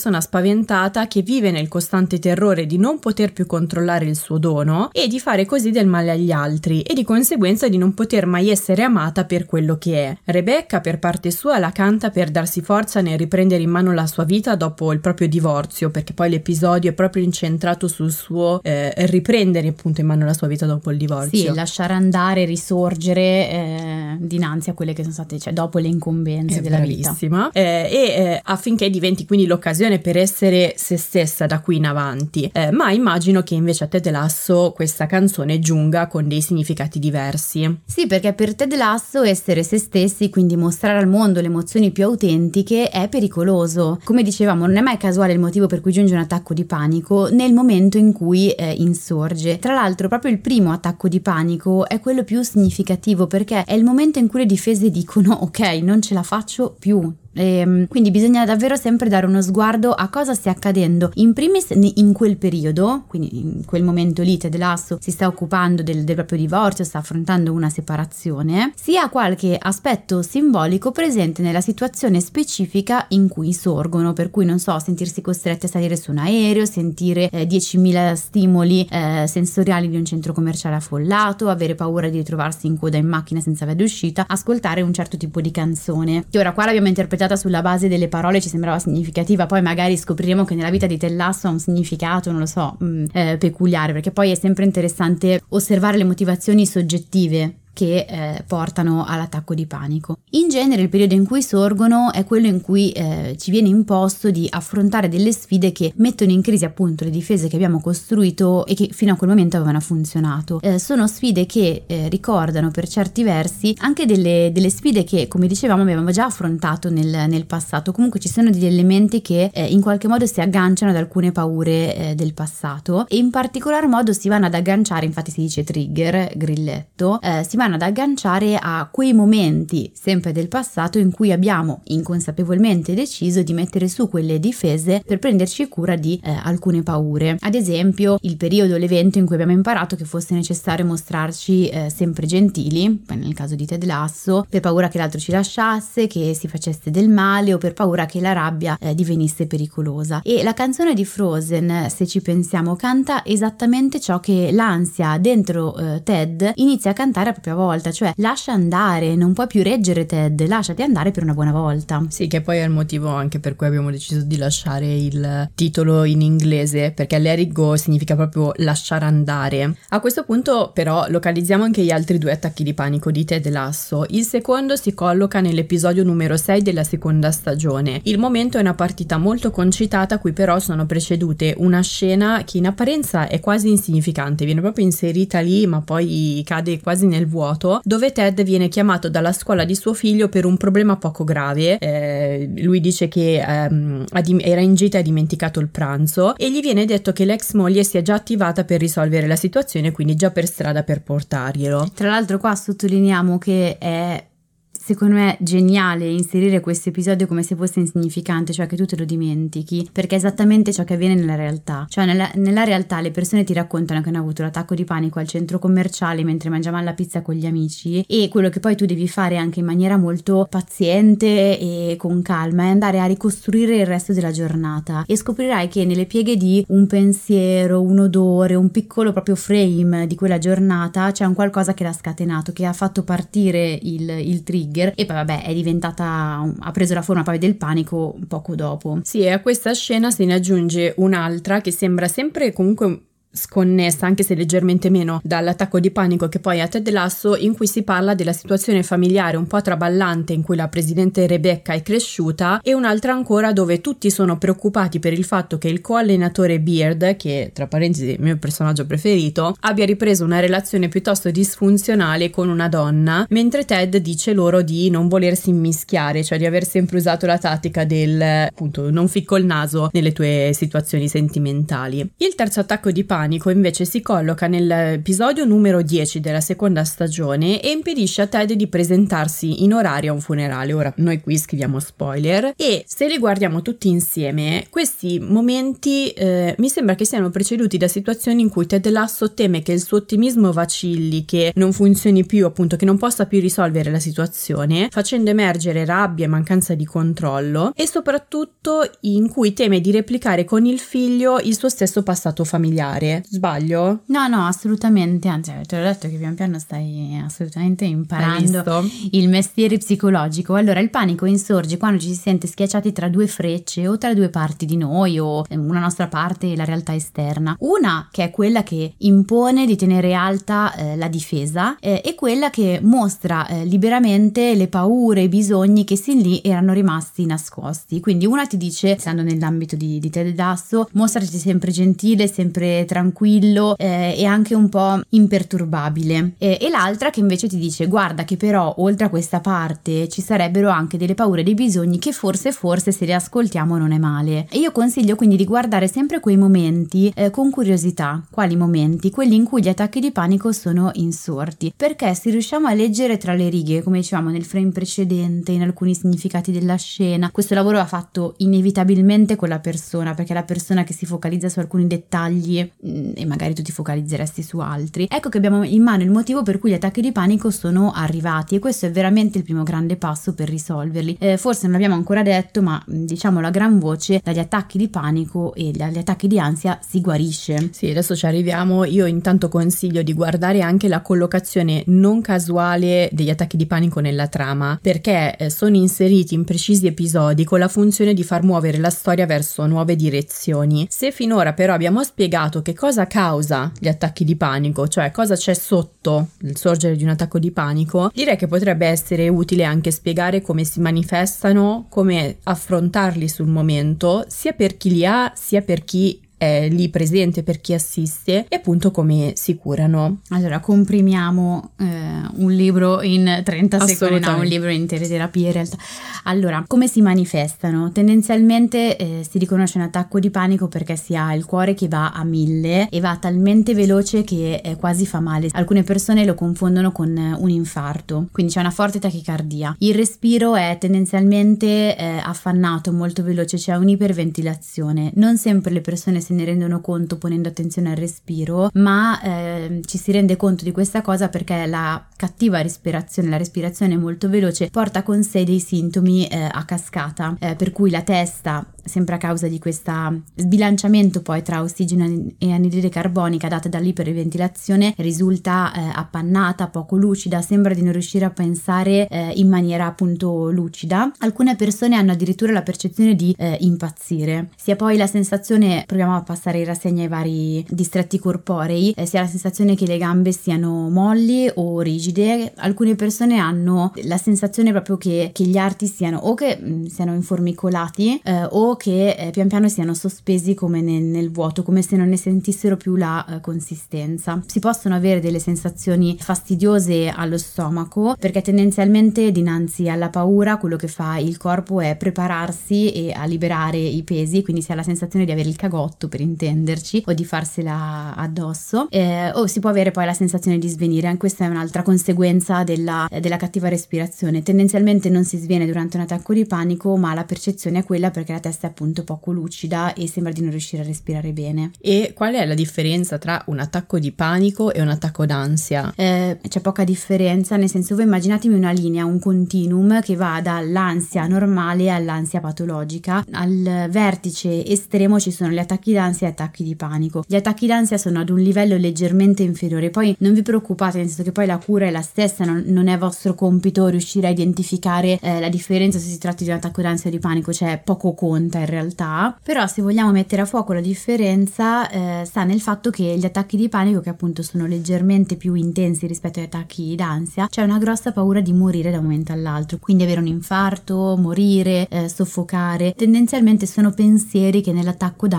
persona spaventata che vive nel costante terrore di non poter più controllare il suo dono e di fare così del male agli altri e di conseguenza di non poter mai essere amata per quello che è. Rebecca per parte sua la canta per darsi forza nel riprendere in mano la sua vita dopo il proprio divorzio, perché poi l'episodio è proprio incentrato sul suo eh, riprendere appunto in mano la sua vita dopo il divorzio. Sì, lasciare andare, risorgere eh, dinanzi a quelle che sono state, cioè dopo le incombenze è della bravissima. vita. Eh, e eh, affinché diventi quindi l'occasione per essere se stessa da qui in avanti. Eh, ma immagino che invece a Ted Lasso questa canzone giunga con dei significati diversi. Sì, perché per Ted Lasso essere se stessi, quindi mostrare al mondo le emozioni più autentiche, è pericoloso. Come dicevamo, non è mai casuale il motivo per cui giunge un attacco di panico nel momento in cui eh, insorge. Tra l'altro proprio il primo attacco di panico è quello più significativo, perché è il momento in cui le difese dicono ok, non ce la faccio più. E quindi bisogna davvero sempre dare uno sguardo a cosa stia accadendo in primis in quel periodo, quindi in quel momento lì Ted Lasso si sta occupando del, del proprio divorzio, sta affrontando una separazione, sia qualche aspetto simbolico presente nella situazione specifica in cui sorgono, per cui non so, sentirsi costretti a salire su un aereo, sentire eh, diecimila stimoli eh, sensoriali di un centro commerciale affollato, avere paura di ritrovarsi in coda in macchina senza via d'uscita, ascoltare un certo tipo di canzone che ora qua l'abbiamo interpretato sulla base delle parole, ci sembrava significativa, poi magari scopriremo che nella vita di Ted Lasso ha un significato, non lo so, mh, eh, peculiare, perché poi è sempre interessante osservare le motivazioni soggettive che eh, portano all'attacco di panico. In genere il periodo in cui sorgono è quello in cui eh, ci viene imposto di affrontare delle sfide che mettono in crisi appunto le difese che abbiamo costruito e che fino a quel momento avevano funzionato. Eh, sono sfide che eh, ricordano per certi versi anche delle, delle sfide che, come dicevamo, abbiamo già affrontato nel, nel passato. Comunque ci sono degli elementi che eh, in qualche modo si agganciano ad alcune paure eh, del passato, e in particolar modo si vanno ad agganciare, infatti si dice trigger, grilletto, eh, si vanno ad agganciare a quei momenti sempre del passato in cui abbiamo inconsapevolmente deciso di mettere su quelle difese per prenderci cura di eh, alcune paure. Ad esempio il periodo, l'evento in cui abbiamo imparato che fosse necessario mostrarci eh, sempre gentili, nel caso di Ted Lasso, per paura che l'altro ci lasciasse, che si facesse del male, o per paura che la rabbia eh, divenisse pericolosa. E la canzone di Frozen, se ci pensiamo, canta esattamente ciò che l'ansia dentro eh, Ted inizia a cantare a propria volta, cioè lascia andare, non puoi più reggere Ted, lasciati andare per una buona volta. Sì, che poi è il motivo anche per cui abbiamo deciso di lasciare il titolo in inglese, perché let it go significa proprio lasciare andare. A questo punto però localizziamo anche gli altri due attacchi di panico di Ted Lasso. Il secondo si colloca nell'episodio numero sei della seconda stagione. Il momento è una partita molto concitata, a cui però sono precedute una scena che in apparenza è quasi insignificante, viene proprio inserita lì ma poi cade quasi nel vuoto, dove Ted viene chiamato dalla scuola di suo figlio per un problema poco grave. Eh, lui dice che ehm, era in gita e ha dimenticato il pranzo, e gli viene detto che l'ex moglie si è già attivata per risolvere la situazione, quindi già per strada per portarglielo. Tra l'altro qua sottolineiamo che è, secondo me, geniale inserire questo episodio come se fosse insignificante, cioè che tu te lo dimentichi, perché è esattamente ciò che avviene nella realtà. Cioè nella, nella realtà le persone ti raccontano che hanno avuto l'attacco di panico al centro commerciale mentre mangiavano la pizza con gli amici, e quello che poi tu devi fare anche in maniera molto paziente e con calma è andare a ricostruire il resto della giornata, e scoprirai che nelle pieghe di un pensiero, un odore, un piccolo proprio frame di quella giornata c'è un qualcosa che l'ha scatenato, che ha fatto partire il, il trigger, e poi vabbè è diventata, ha preso la forma poi del panico poco dopo. Sì, e a questa scena se ne aggiunge un'altra che sembra sempre comunque sconnessa, anche se leggermente meno, dall'attacco di panico che poi ha Ted Lasso, in cui si parla della situazione familiare un po' traballante in cui la presidente Rebecca è cresciuta, e un'altra ancora dove tutti sono preoccupati per il fatto che il coallenatore Beard, che tra parentesi è il mio personaggio preferito, abbia ripreso una relazione piuttosto disfunzionale con una donna, mentre Ted dice loro di non volersi immischiare, cioè di aver sempre usato la tattica del appunto non ficco il naso nelle tue situazioni sentimentali. Il terzo attacco di panico panico invece si colloca nell'episodio numero dieci della seconda stagione e impedisce a Ted di presentarsi in orario a un funerale. Ora noi qui scriviamo spoiler, e se li guardiamo tutti insieme questi momenti eh, mi sembra che siano preceduti da situazioni in cui Ted Lasso teme che il suo ottimismo vacilli, che non funzioni più, appunto che non possa più risolvere la situazione, facendo emergere rabbia e mancanza di controllo, e soprattutto in cui teme di replicare con il figlio il suo stesso passato familiare. Sbaglio? No, no, assolutamente, anzi te l'ho detto che pian piano stai assolutamente imparando il mestiere psicologico. Allora, il panico insorge quando ci si sente schiacciati tra due frecce o tra due parti di noi, o una nostra parte e la realtà esterna. Una che è quella che impone di tenere alta eh, la difesa eh, e quella che mostra eh, liberamente le paure, i bisogni che sin lì erano rimasti nascosti. Quindi una ti dice, stando nell'ambito di, di Ted Lasso, mostrati sempre gentile, sempre tranquillo eh, e anche un po' imperturbabile, e, e l'altra che invece ti dice guarda che però oltre a questa parte ci sarebbero anche delle paure e dei bisogni che forse forse se li ascoltiamo non è male. E io consiglio quindi di guardare sempre quei momenti eh, con curiosità. Quali momenti? Quelli in cui gli attacchi di panico sono insorti, perché se riusciamo a leggere tra le righe, come dicevamo nel frame precedente, in alcuni significati della scena, questo lavoro va fatto inevitabilmente con la persona, perché è la persona che si focalizza su alcuni dettagli mh, e magari tu ti focalizzeresti su altri. Ecco che abbiamo in mano il motivo per cui gli attacchi di panico sono arrivati, e questo è veramente il primo grande passo per risolverli. Eh, forse non l'abbiamo ancora detto, ma diciamolo a gran voce, dagli attacchi di panico e dagli attacchi di ansia si guarisce. Sì, adesso ci arriviamo. Io intanto consiglio di guardare anche la collocazione non casuale degli attacchi di panico nella trama, perché eh, sono inseriti in precisi episodi con la funzione di far muovere la storia verso nuove direzioni. Se finora però abbiamo spiegato che cosa causa gli attacchi di panico, cioè cosa c'è sotto il sorgere di un attacco di panico, direi che potrebbe essere utile anche spiegare come si manifestano, come affrontarli sul momento, sia per chi li ha sia per chi è lì presente, per chi assiste, e appunto come si curano. Allora comprimiamo eh, un libro in trenta secondi, no, un libro in terapia in realtà. Allora, come si manifestano? Tendenzialmente eh, si riconosce un attacco di panico perché si ha il cuore che va a mille e va talmente veloce che eh, quasi fa male. Alcune persone lo confondono con eh, un infarto, quindi c'è una forte tachicardia. Il respiro è tendenzialmente eh, affannato, molto veloce, c'è un'iperventilazione. Non sempre le persone se ne rendono conto ponendo attenzione al respiro, ma eh, ci si rende conto di questa cosa perché la cattiva respirazione, la respirazione molto veloce, porta con sé dei sintomi eh, a cascata, eh, per cui la testa, sempre a causa di questo sbilanciamento poi tra ossigeno e anidride carbonica data dall'iperventilazione, risulta eh, appannata, poco lucida, sembra di non riuscire a pensare eh, in maniera appunto lucida. Alcune persone hanno addirittura la percezione di eh, impazzire. Si ha poi la sensazione, proviamo a passare in rassegna i vari distretti corporei, eh, si ha la sensazione che le gambe siano molli o rigide. Alcune persone hanno la sensazione proprio che, che gli arti siano o che mh, siano informicolati eh, o che eh, pian piano siano sospesi come nel, nel vuoto, come se non ne sentissero più la eh, consistenza. Si possono avere delle sensazioni fastidiose allo stomaco, perché tendenzialmente dinanzi alla paura quello che fa il corpo è prepararsi e a liberare i pesi, quindi si ha la sensazione di avere il cagotto, per intenderci, o di farsela addosso, eh, o si può avere poi la sensazione di svenire. Questa è un'altra conseguenza della, della cattiva respirazione. Tendenzialmente non si sviene durante un attacco di panico, ma la percezione è quella perché la testa è appunto poco lucida e sembra di non riuscire a respirare bene. E qual è la differenza tra un attacco di panico e un attacco d'ansia? Eh, c'è poca differenza, nel senso, voi immaginatevi una linea, un continuum che va dall'ansia normale all'ansia patologica. Al vertice estremo ci sono gli attacchi d'ansia e attacchi di panico. Gli attacchi d'ansia sono ad un livello leggermente inferiore, poi non vi preoccupate, nel senso che poi la cura è la stessa, non, non è vostro compito riuscire a identificare eh, la differenza se si tratti di un attacco d'ansia o di panico, cioè poco conta in realtà. Però se vogliamo mettere a fuoco la differenza eh, sta nel fatto che gli attacchi di panico, che appunto sono leggermente più intensi rispetto agli attacchi d'ansia, c'è una grossa paura di morire da un momento all'altro, quindi avere un infarto, morire, eh, soffocare. Tendenzialmente sono pensieri che nell'attacco d'ansia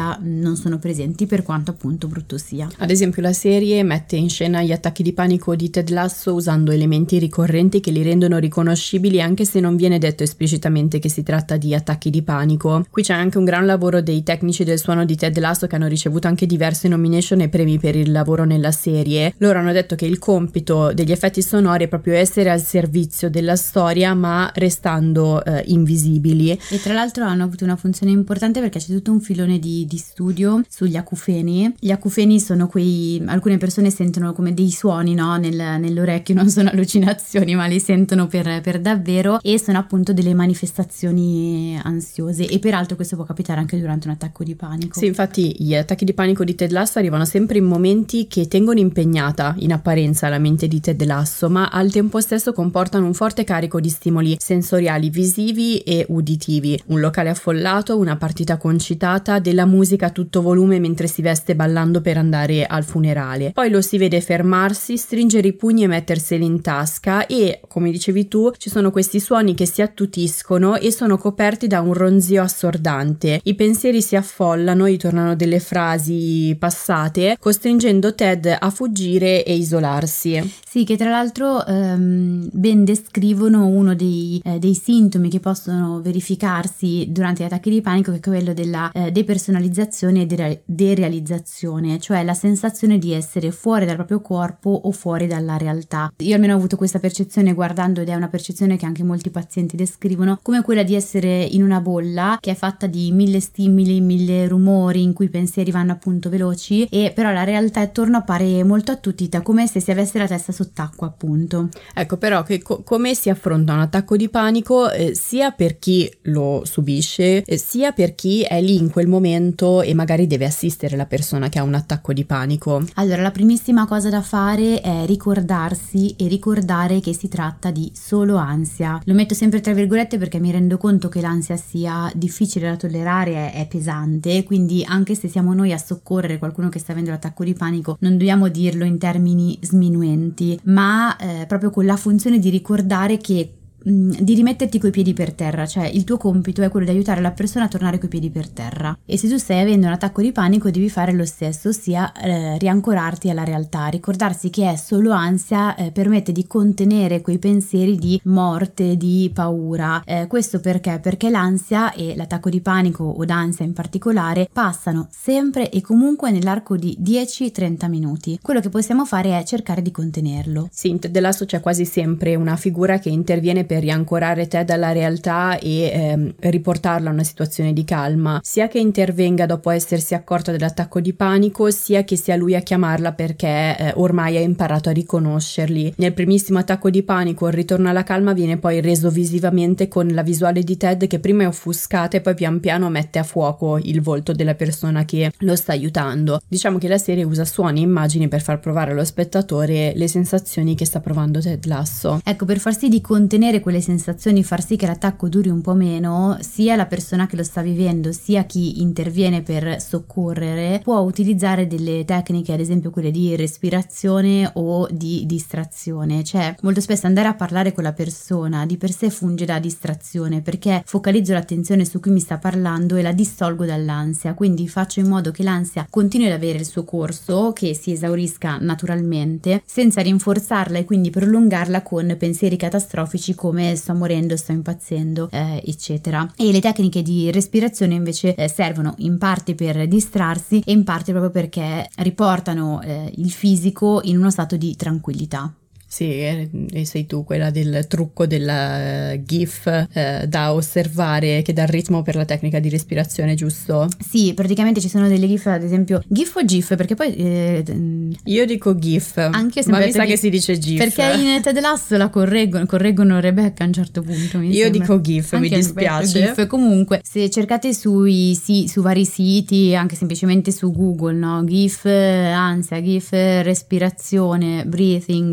realtà non sono presenti, per quanto appunto brutto sia. Ad esempio la serie mette in scena gli attacchi di panico di Ted Lasso usando elementi ricorrenti che li rendono riconoscibili anche se non viene detto esplicitamente che si tratta di attacchi di panico. Qui c'è anche un gran lavoro dei tecnici del suono di Ted Lasso che hanno ricevuto anche diverse nomination e premi per il lavoro nella serie. Loro hanno detto che il compito degli effetti sonori è proprio essere al servizio della storia ma restando eh, invisibili. E tra l'altro hanno avuto una funzione importante perché c'è tutto un filone di, di studio sugli acufeni. Gli acufeni sono quei, alcune persone sentono come dei suoni, no? Nel, nell'orecchio, non sono allucinazioni ma li sentono per, per davvero, e sono appunto delle manifestazioni ansiose, e peraltro questo può capitare anche durante un attacco di panico. Sì, infatti gli attacchi di panico di Ted Lasso arrivano sempre in momenti che tengono impegnata in apparenza la mente di Ted Lasso, ma al tempo stesso comportano un forte carico di stimoli sensoriali, visivi e uditivi. Un locale affollato, una partita concitata, della musica a tutto volume mentre si veste ballando per andare al funerale. Poi lo si vede fermarsi, stringere i pugni e metterseli in tasca, e come dicevi tu ci sono questi suoni che si attutiscono e sono coperti da un ronzio assordante. I pensieri si affollano, gli tornano delle frasi passate, costringendo Ted a fuggire e isolarsi. Sì, che tra l'altro ehm, ben descrivono uno dei, eh, dei sintomi che possono verificarsi durante gli attacchi di panico, che è quello della eh, depersonalizzazione e dere- derealizzazione, cioè la sensazione di essere fuori dal proprio corpo o fuori dalla realtà. Io almeno ho avuto questa percezione guardando, ed è una percezione che anche molti pazienti descrivono, come quella di essere in una bolla che è fatta di mille stimoli, mille rumori, in cui i pensieri vanno appunto veloci, e però la realtà attorno appare molto attutita, come se si avesse la testa sott'acqua appunto. Ecco però che co- come si affronta un attacco di panico eh, sia per chi lo subisce eh, sia per chi è lì in quel momento e magari deve assistere la persona che ha un attacco di panico. Allora, la primissima cosa da fare è ricordarsi e ricordare che si tratta di solo ansia. Lo metto sempre tra virgolette perché mi rendo conto che l'ansia sia difficile da tollerare, è, è pesante, quindi anche se siamo noi a soccorrere qualcuno che sta avendo l'attacco di panico non dobbiamo dirlo in termini sminuenti, ma eh, proprio con la funzione di ricordare che di rimetterti coi piedi per terra, cioè il tuo compito è quello di aiutare la persona a tornare coi piedi per terra, e se tu stai avendo un attacco di panico devi fare lo stesso, ossia eh, riancorarti alla realtà. Ricordarsi che è solo ansia eh, permette di contenere quei pensieri di morte, di paura. Eh, questo perché? Perché l'ansia e l'attacco di panico o d'ansia in particolare passano sempre e comunque nell'arco di dieci trenta minuti. Quello che possiamo fare è cercare di contenerlo. Sì, in Ted Lasso c'è quasi sempre una figura che interviene per riancorare Ted alla realtà e ehm, riportarlo a una situazione di calma, sia che intervenga dopo essersi accorta dell'attacco di panico, sia che sia lui a chiamarla perché eh, ormai ha imparato a riconoscerli. Nel primissimo attacco di panico il ritorno alla calma viene poi reso visivamente con la visuale di Ted che prima è offuscata e poi pian piano mette a fuoco il volto della persona che lo sta aiutando. Diciamo che la serie usa suoni e immagini per far provare allo spettatore le sensazioni che sta provando Ted Lasso. Ecco, per far sì di contenere quelle sensazioni, far sì che l'attacco duri un po' meno, sia la persona che lo sta vivendo sia chi interviene per soccorrere può utilizzare delle tecniche, ad esempio quelle di respirazione o di distrazione. Cioè, molto spesso andare a parlare con la persona di per sé funge da distrazione, perché focalizzo l'attenzione su chi mi sta parlando e la distolgo dall'ansia, quindi faccio in modo che l'ansia continui ad avere il suo corso, che si esaurisca naturalmente, senza rinforzarla e quindi prolungarla con pensieri catastrofici come sto morendo, sto impazzendo, eh, eccetera. E le tecniche di respirazione invece eh, servono in parte per distrarsi e in parte proprio perché riportano eh, il fisico in uno stato di tranquillità. Sì, e sei tu quella del trucco della uh, GIF uh, da osservare che dà il ritmo per la tecnica di respirazione, giusto? Sì, praticamente ci sono delle GIF, ad esempio GIF o GIF, perché poi eh, io dico GIF, anche ma mi sa che si dice GIF, perché in Ted Lasso la correggono, correggono Rebecca a un certo punto. Mi io sembra. dico GIF, anche mi dispiace. GIF. Comunque, se cercate sui, sì, su vari siti, anche semplicemente su Google, no? GIF ansia, GIF respirazione, breathing,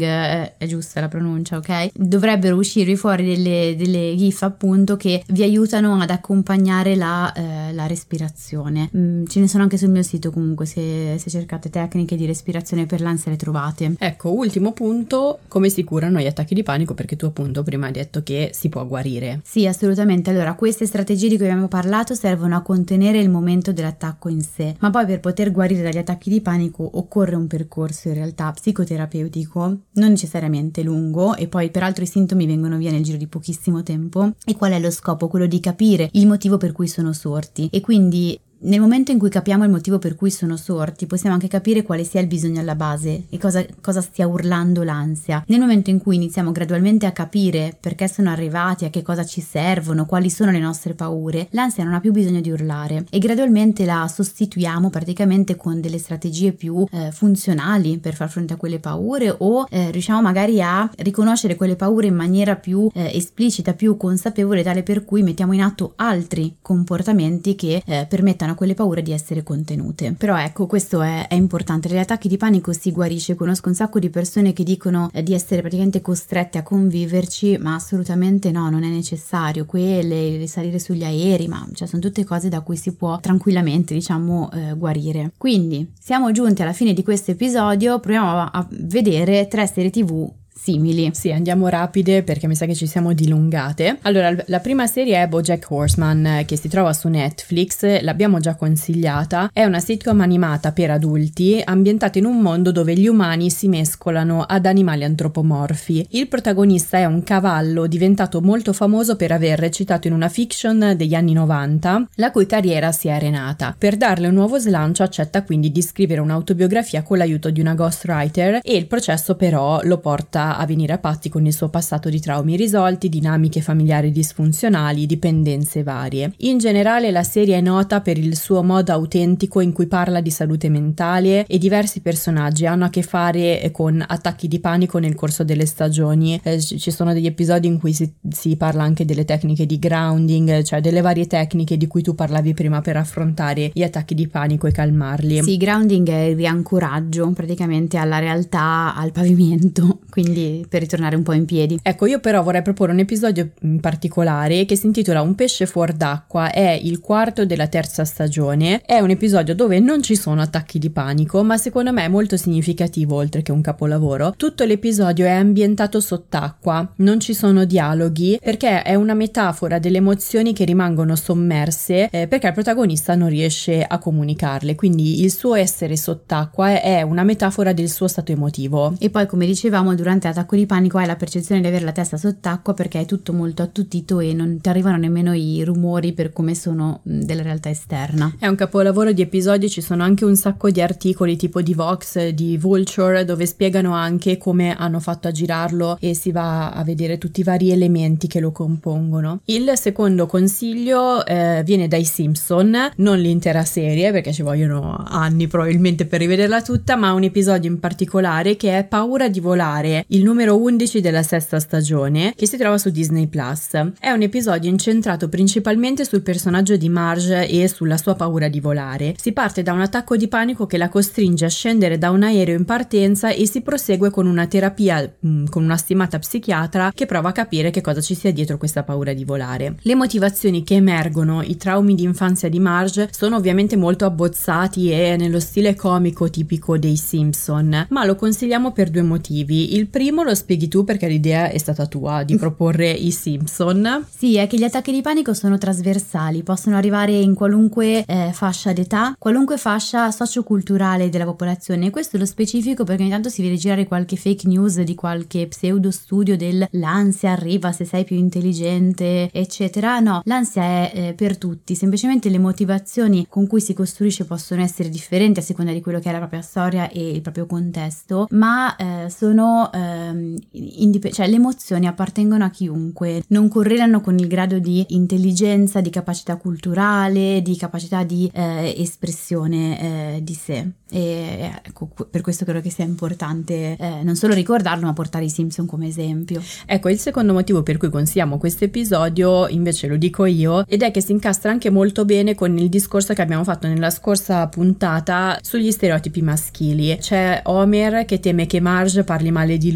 è, è giusta la pronuncia, ok? Dovrebbero uscire fuori delle, delle GIF appunto che vi aiutano ad accompagnare la, eh, la respirazione. Mm, ce ne sono anche sul mio sito, comunque se, se cercate tecniche di respirazione per l'ansia le trovate. Ecco, ultimo punto, come si curano gli attacchi di panico, perché tu appunto prima hai detto che si può guarire. Sì, assolutamente. Allora, queste strategie di cui abbiamo parlato servono a contenere il momento dell'attacco in sé, ma poi per poter guarire dagli attacchi di panico occorre un percorso in realtà psicoterapeutico, non necessariamente lungo, e poi peraltro i sintomi vengono via nel giro di pochissimo tempo. E qual è lo scopo? Quello di capire il motivo per cui sono sorti, e quindi nel momento in cui capiamo il motivo per cui sono sorti, possiamo anche capire quale sia il bisogno alla base e cosa, cosa stia urlando l'ansia. Nel momento in cui iniziamo gradualmente a capire perché sono arrivati, a che cosa ci servono, quali sono le nostre paure, l'ansia non ha più bisogno di urlare e gradualmente la sostituiamo praticamente con delle strategie più eh, funzionali per far fronte a quelle paure, o eh, riusciamo magari a riconoscere quelle paure in maniera più eh, esplicita, più consapevole, tale per cui mettiamo in atto altri comportamenti che eh, permettano a quelle paure di essere contenute. Però ecco, questo è, è importante. Dagli attacchi di panico si guarisce. Conosco un sacco di persone che dicono eh, di essere praticamente costrette a conviverci, ma assolutamente no, non è necessario. Quelle, salire sugli aerei, ma cioè sono tutte cose da cui si può tranquillamente, diciamo, eh, guarire. Quindi siamo giunti alla fine di questo episodio. Proviamo a, a vedere tre serie tv simili. Sì, andiamo rapide perché mi sa che ci siamo dilungate. Allora, la prima serie è BoJack Horseman, che si trova su Netflix, l'abbiamo già consigliata. È una sitcom animata per adulti ambientata in un mondo dove gli umani si mescolano ad animali antropomorfi. Il protagonista è un cavallo diventato molto famoso per aver recitato in una fiction degli anni novanta, la cui carriera si è arenata. Per darle un nuovo slancio accetta quindi di scrivere un'autobiografia con l'aiuto di una ghostwriter, e il processo però lo porta a venire a patti con il suo passato di traumi irrisolti, dinamiche familiari disfunzionali, dipendenze varie. In generale la serie è nota per il suo modo autentico in cui parla di salute mentale, e diversi personaggi hanno a che fare con attacchi di panico nel corso delle stagioni. Eh, ci sono degli episodi in cui si, si parla anche delle tecniche di grounding, cioè delle varie tecniche di cui tu parlavi prima per affrontare gli attacchi di panico e calmarli. Sì, grounding è il riancoraggio praticamente alla realtà, al pavimento, quindi per ritornare un po' in piedi. Ecco, io però vorrei proporre un episodio in particolare che si intitola Un pesce fuor d'acqua. È il quarto della terza stagione. È un episodio dove non ci sono attacchi di panico, ma secondo me è molto significativo, oltre che un capolavoro. Tutto l'episodio è ambientato sott'acqua, non ci sono dialoghi, perché è una metafora delle emozioni che rimangono sommerse eh, perché il protagonista non riesce a comunicarle, quindi il suo essere sott'acqua è una metafora del suo stato emotivo. E poi, come dicevamo, durante l'attacco di panico hai la percezione di avere la testa sott'acqua perché è tutto molto attutito e non ti arrivano nemmeno i rumori per come sono della realtà esterna. È un capolavoro di episodi, ci sono anche un sacco di articoli tipo di Vox, di Vulture, dove spiegano anche come hanno fatto a girarlo e si va a vedere tutti i vari elementi che lo compongono. Il secondo consiglio eh, viene dai Simpson, non l'intera serie perché ci vogliono anni probabilmente per rivederla tutta, ma un episodio in particolare che è Paura di volare, il numero undici della sesta stagione, che si trova su Disney Plus. È un episodio incentrato principalmente sul personaggio di Marge e sulla sua paura di volare. Si parte da un attacco di panico che la costringe a scendere da un aereo in partenza e si prosegue con una terapia mh, con una stimata psichiatra che prova a capire che cosa ci sia dietro questa paura di volare. Le motivazioni che emergono, i traumi di infanzia di Marge, sono ovviamente molto abbozzati e nello stile comico tipico dei Simpson, ma lo consigliamo per due motivi. Il primo lo spieghi tu perché l'idea è stata tua di proporre i Simpson. Sì, è che gli attacchi di panico sono trasversali, possono arrivare in qualunque eh, fascia d'età, qualunque fascia socioculturale della popolazione, e questo è lo specifico perché ogni tanto si vede girare qualche fake news di qualche pseudo studio del l'ansia arriva se sei più intelligente eccetera. No, l'ansia è eh, per tutti, semplicemente le motivazioni con cui si costruisce possono essere differenti a seconda di quello che è la propria storia e il proprio contesto, ma eh, sono ehm, indip- cioè le emozioni appartengono a chiunque, non correlano con il grado di intelligenza, di capacità culturale, di capacità di eh, espressione eh, di sé. E ecco, per questo credo che sia importante eh, non solo ricordarlo, ma portare i Simpson come esempio. Ecco, il secondo motivo per cui consigliamo questo episodio invece lo dico io, ed è che si incastra anche molto bene con il discorso che abbiamo fatto nella scorsa puntata sugli stereotipi maschili. C'è Homer che teme che Marge parli male di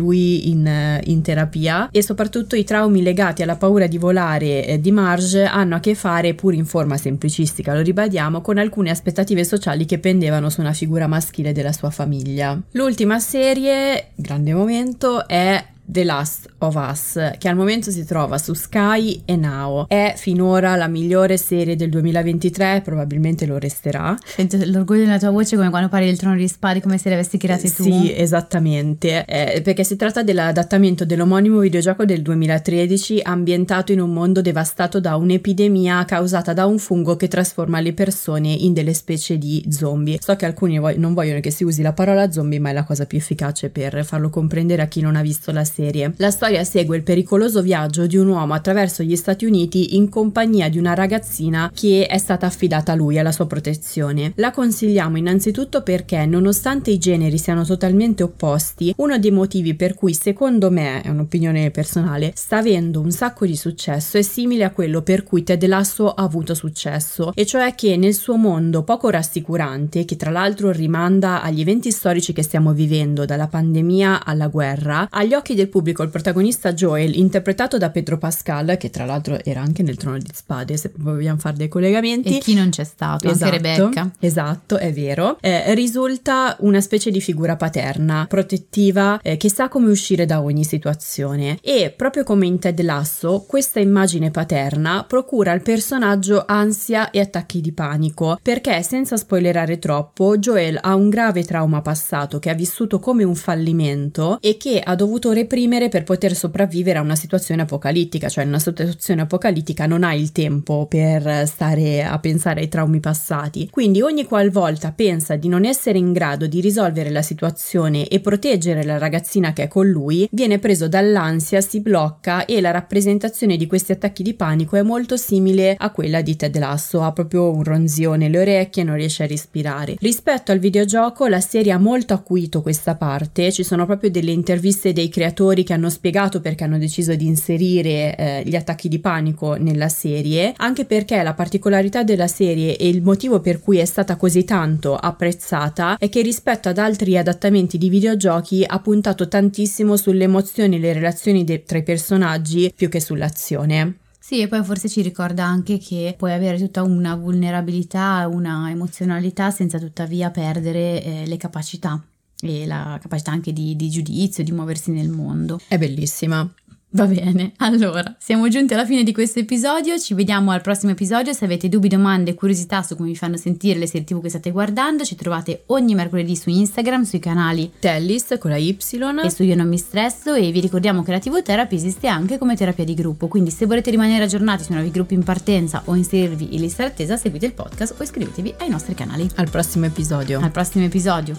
lui in, in terapia, e soprattutto i traumi legati alla paura di volare eh, di Marge hanno a che fare, pur in forma semplicistica, lo ribadiamo, con alcune aspettative sociali che pendevano su una figura maschile della sua famiglia. L'ultima serie, grande momento, è The Last of Us, che al momento si trova su Sky e Now. È finora la migliore serie del duemilaventitré, probabilmente lo resterà. Sento l'orgoglio nella tua voce, come quando parli del Trono di Spade, come se le avessi create tu. Sì, esattamente, eh, perché si tratta dell'adattamento dell'omonimo videogioco del duemilatredici, ambientato in un mondo devastato da un'epidemia causata da un fungo che trasforma le persone in delle specie di zombie. So che alcuni vo- non vogliono che si usi la parola zombie, ma è la cosa più efficace per farlo comprendere a chi non ha visto la serie. La storia segue il pericoloso viaggio di un uomo attraverso gli Stati Uniti in compagnia di una ragazzina che è stata affidata a lui, alla sua protezione. La consigliamo innanzitutto perché, nonostante i generi siano totalmente opposti, uno dei motivi per cui secondo me, è un'opinione personale, sta avendo un sacco di successo è simile a quello per cui Ted Lasso ha avuto successo, e cioè che nel suo mondo poco rassicurante, che tra l'altro rimanda agli eventi storici che stiamo vivendo, dalla pandemia alla guerra, agli occhi del pubblico il protagonista Joel, interpretato da Pedro Pascal, che tra l'altro era anche nel Trono di Spade, se vogliamo fare dei collegamenti, e chi non c'è stato, esatto, anche Rebecca, esatto, è vero, eh, risulta una specie di figura paterna, protettiva, eh, che sa come uscire da ogni situazione, e proprio come in Ted Lasso questa immagine paterna procura al personaggio ansia e attacchi di panico, perché, senza spoilerare troppo, Joel ha un grave trauma passato che ha vissuto come un fallimento e che ha dovuto reprimere per poter sopravvivere a una situazione apocalittica. Cioè, in una situazione apocalittica non hai il tempo per stare a pensare ai traumi passati, quindi ogni qualvolta pensa di non essere in grado di risolvere la situazione e proteggere la ragazzina che è con lui, viene preso dall'ansia, si blocca, e la rappresentazione di questi attacchi di panico è molto simile a quella di Ted Lasso. Ha proprio un ronzio nelle orecchie, non riesce a respirare. Rispetto al videogioco, la serie ha molto acuito questa parte, ci sono proprio delle interviste dei creatori che hanno spiegato perché hanno deciso di inserire eh, gli attacchi di panico nella serie, anche perché la particolarità della serie e il motivo per cui è stata così tanto apprezzata è che rispetto ad altri adattamenti di videogiochi ha puntato tantissimo sulle emozioni e le relazioni de- tra i personaggi più che sull'azione. Sì, e poi forse ci ricorda anche che puoi avere tutta una vulnerabilità, una emozionalità senza tuttavia perdere eh, le capacità e la capacità anche di, di giudizio, di muoversi nel mondo. È bellissima. Va bene, allora siamo giunti alla fine di questo episodio, ci vediamo al prossimo episodio. Se avete dubbi, domande e curiosità su come vi fanno sentire le serie tv che state guardando, ci trovate ogni mercoledì su Instagram, sui canali Tellis con la Y e su Io non mi stresso, e vi ricordiamo che la T V Therapy esiste anche come terapia di gruppo, quindi se volete rimanere aggiornati sui nuovi gruppi in partenza o inserirvi in lista d'attesa, seguite il podcast o iscrivetevi ai nostri canali. Al prossimo episodio. Al prossimo episodio.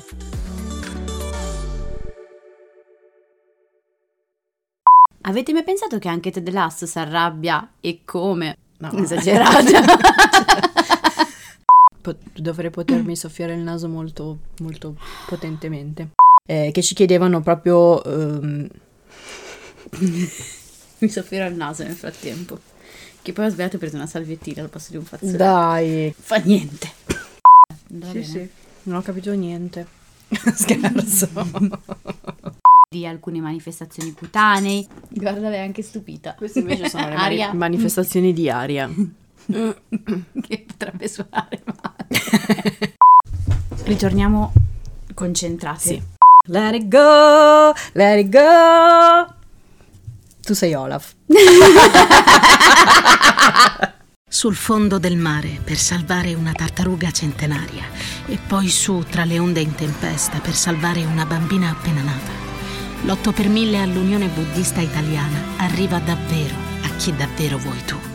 Avete mai pensato che anche Ted Lasso si arrabbia, e come? No. Esagerata. Dovrei potermi soffiare il naso molto, molto potentemente. Eh, che ci chiedevano proprio... Um... Mi soffierò il naso nel frattempo. Che poi ho sbagliato, ho preso una salviettina al posto di un fazzoletto. Dai. Fa niente. Sì, sì. Non ho capito niente. Scherzo. Di alcune manifestazioni cutanei. Guarda, lei è anche stupita. Queste invece sono le aria. mani- manifestazioni di aria. Che potrebbe suonare male. Ritorniamo concentrati. Sì. Let it go, let it go. Tu sei Olaf. Sul fondo del mare per salvare una tartaruga centenaria, e poi su tra le onde in tempesta per salvare una bambina appena nata. L'otto per mille all'Unione Buddista Italiana arriva davvero a chi davvero vuoi tu.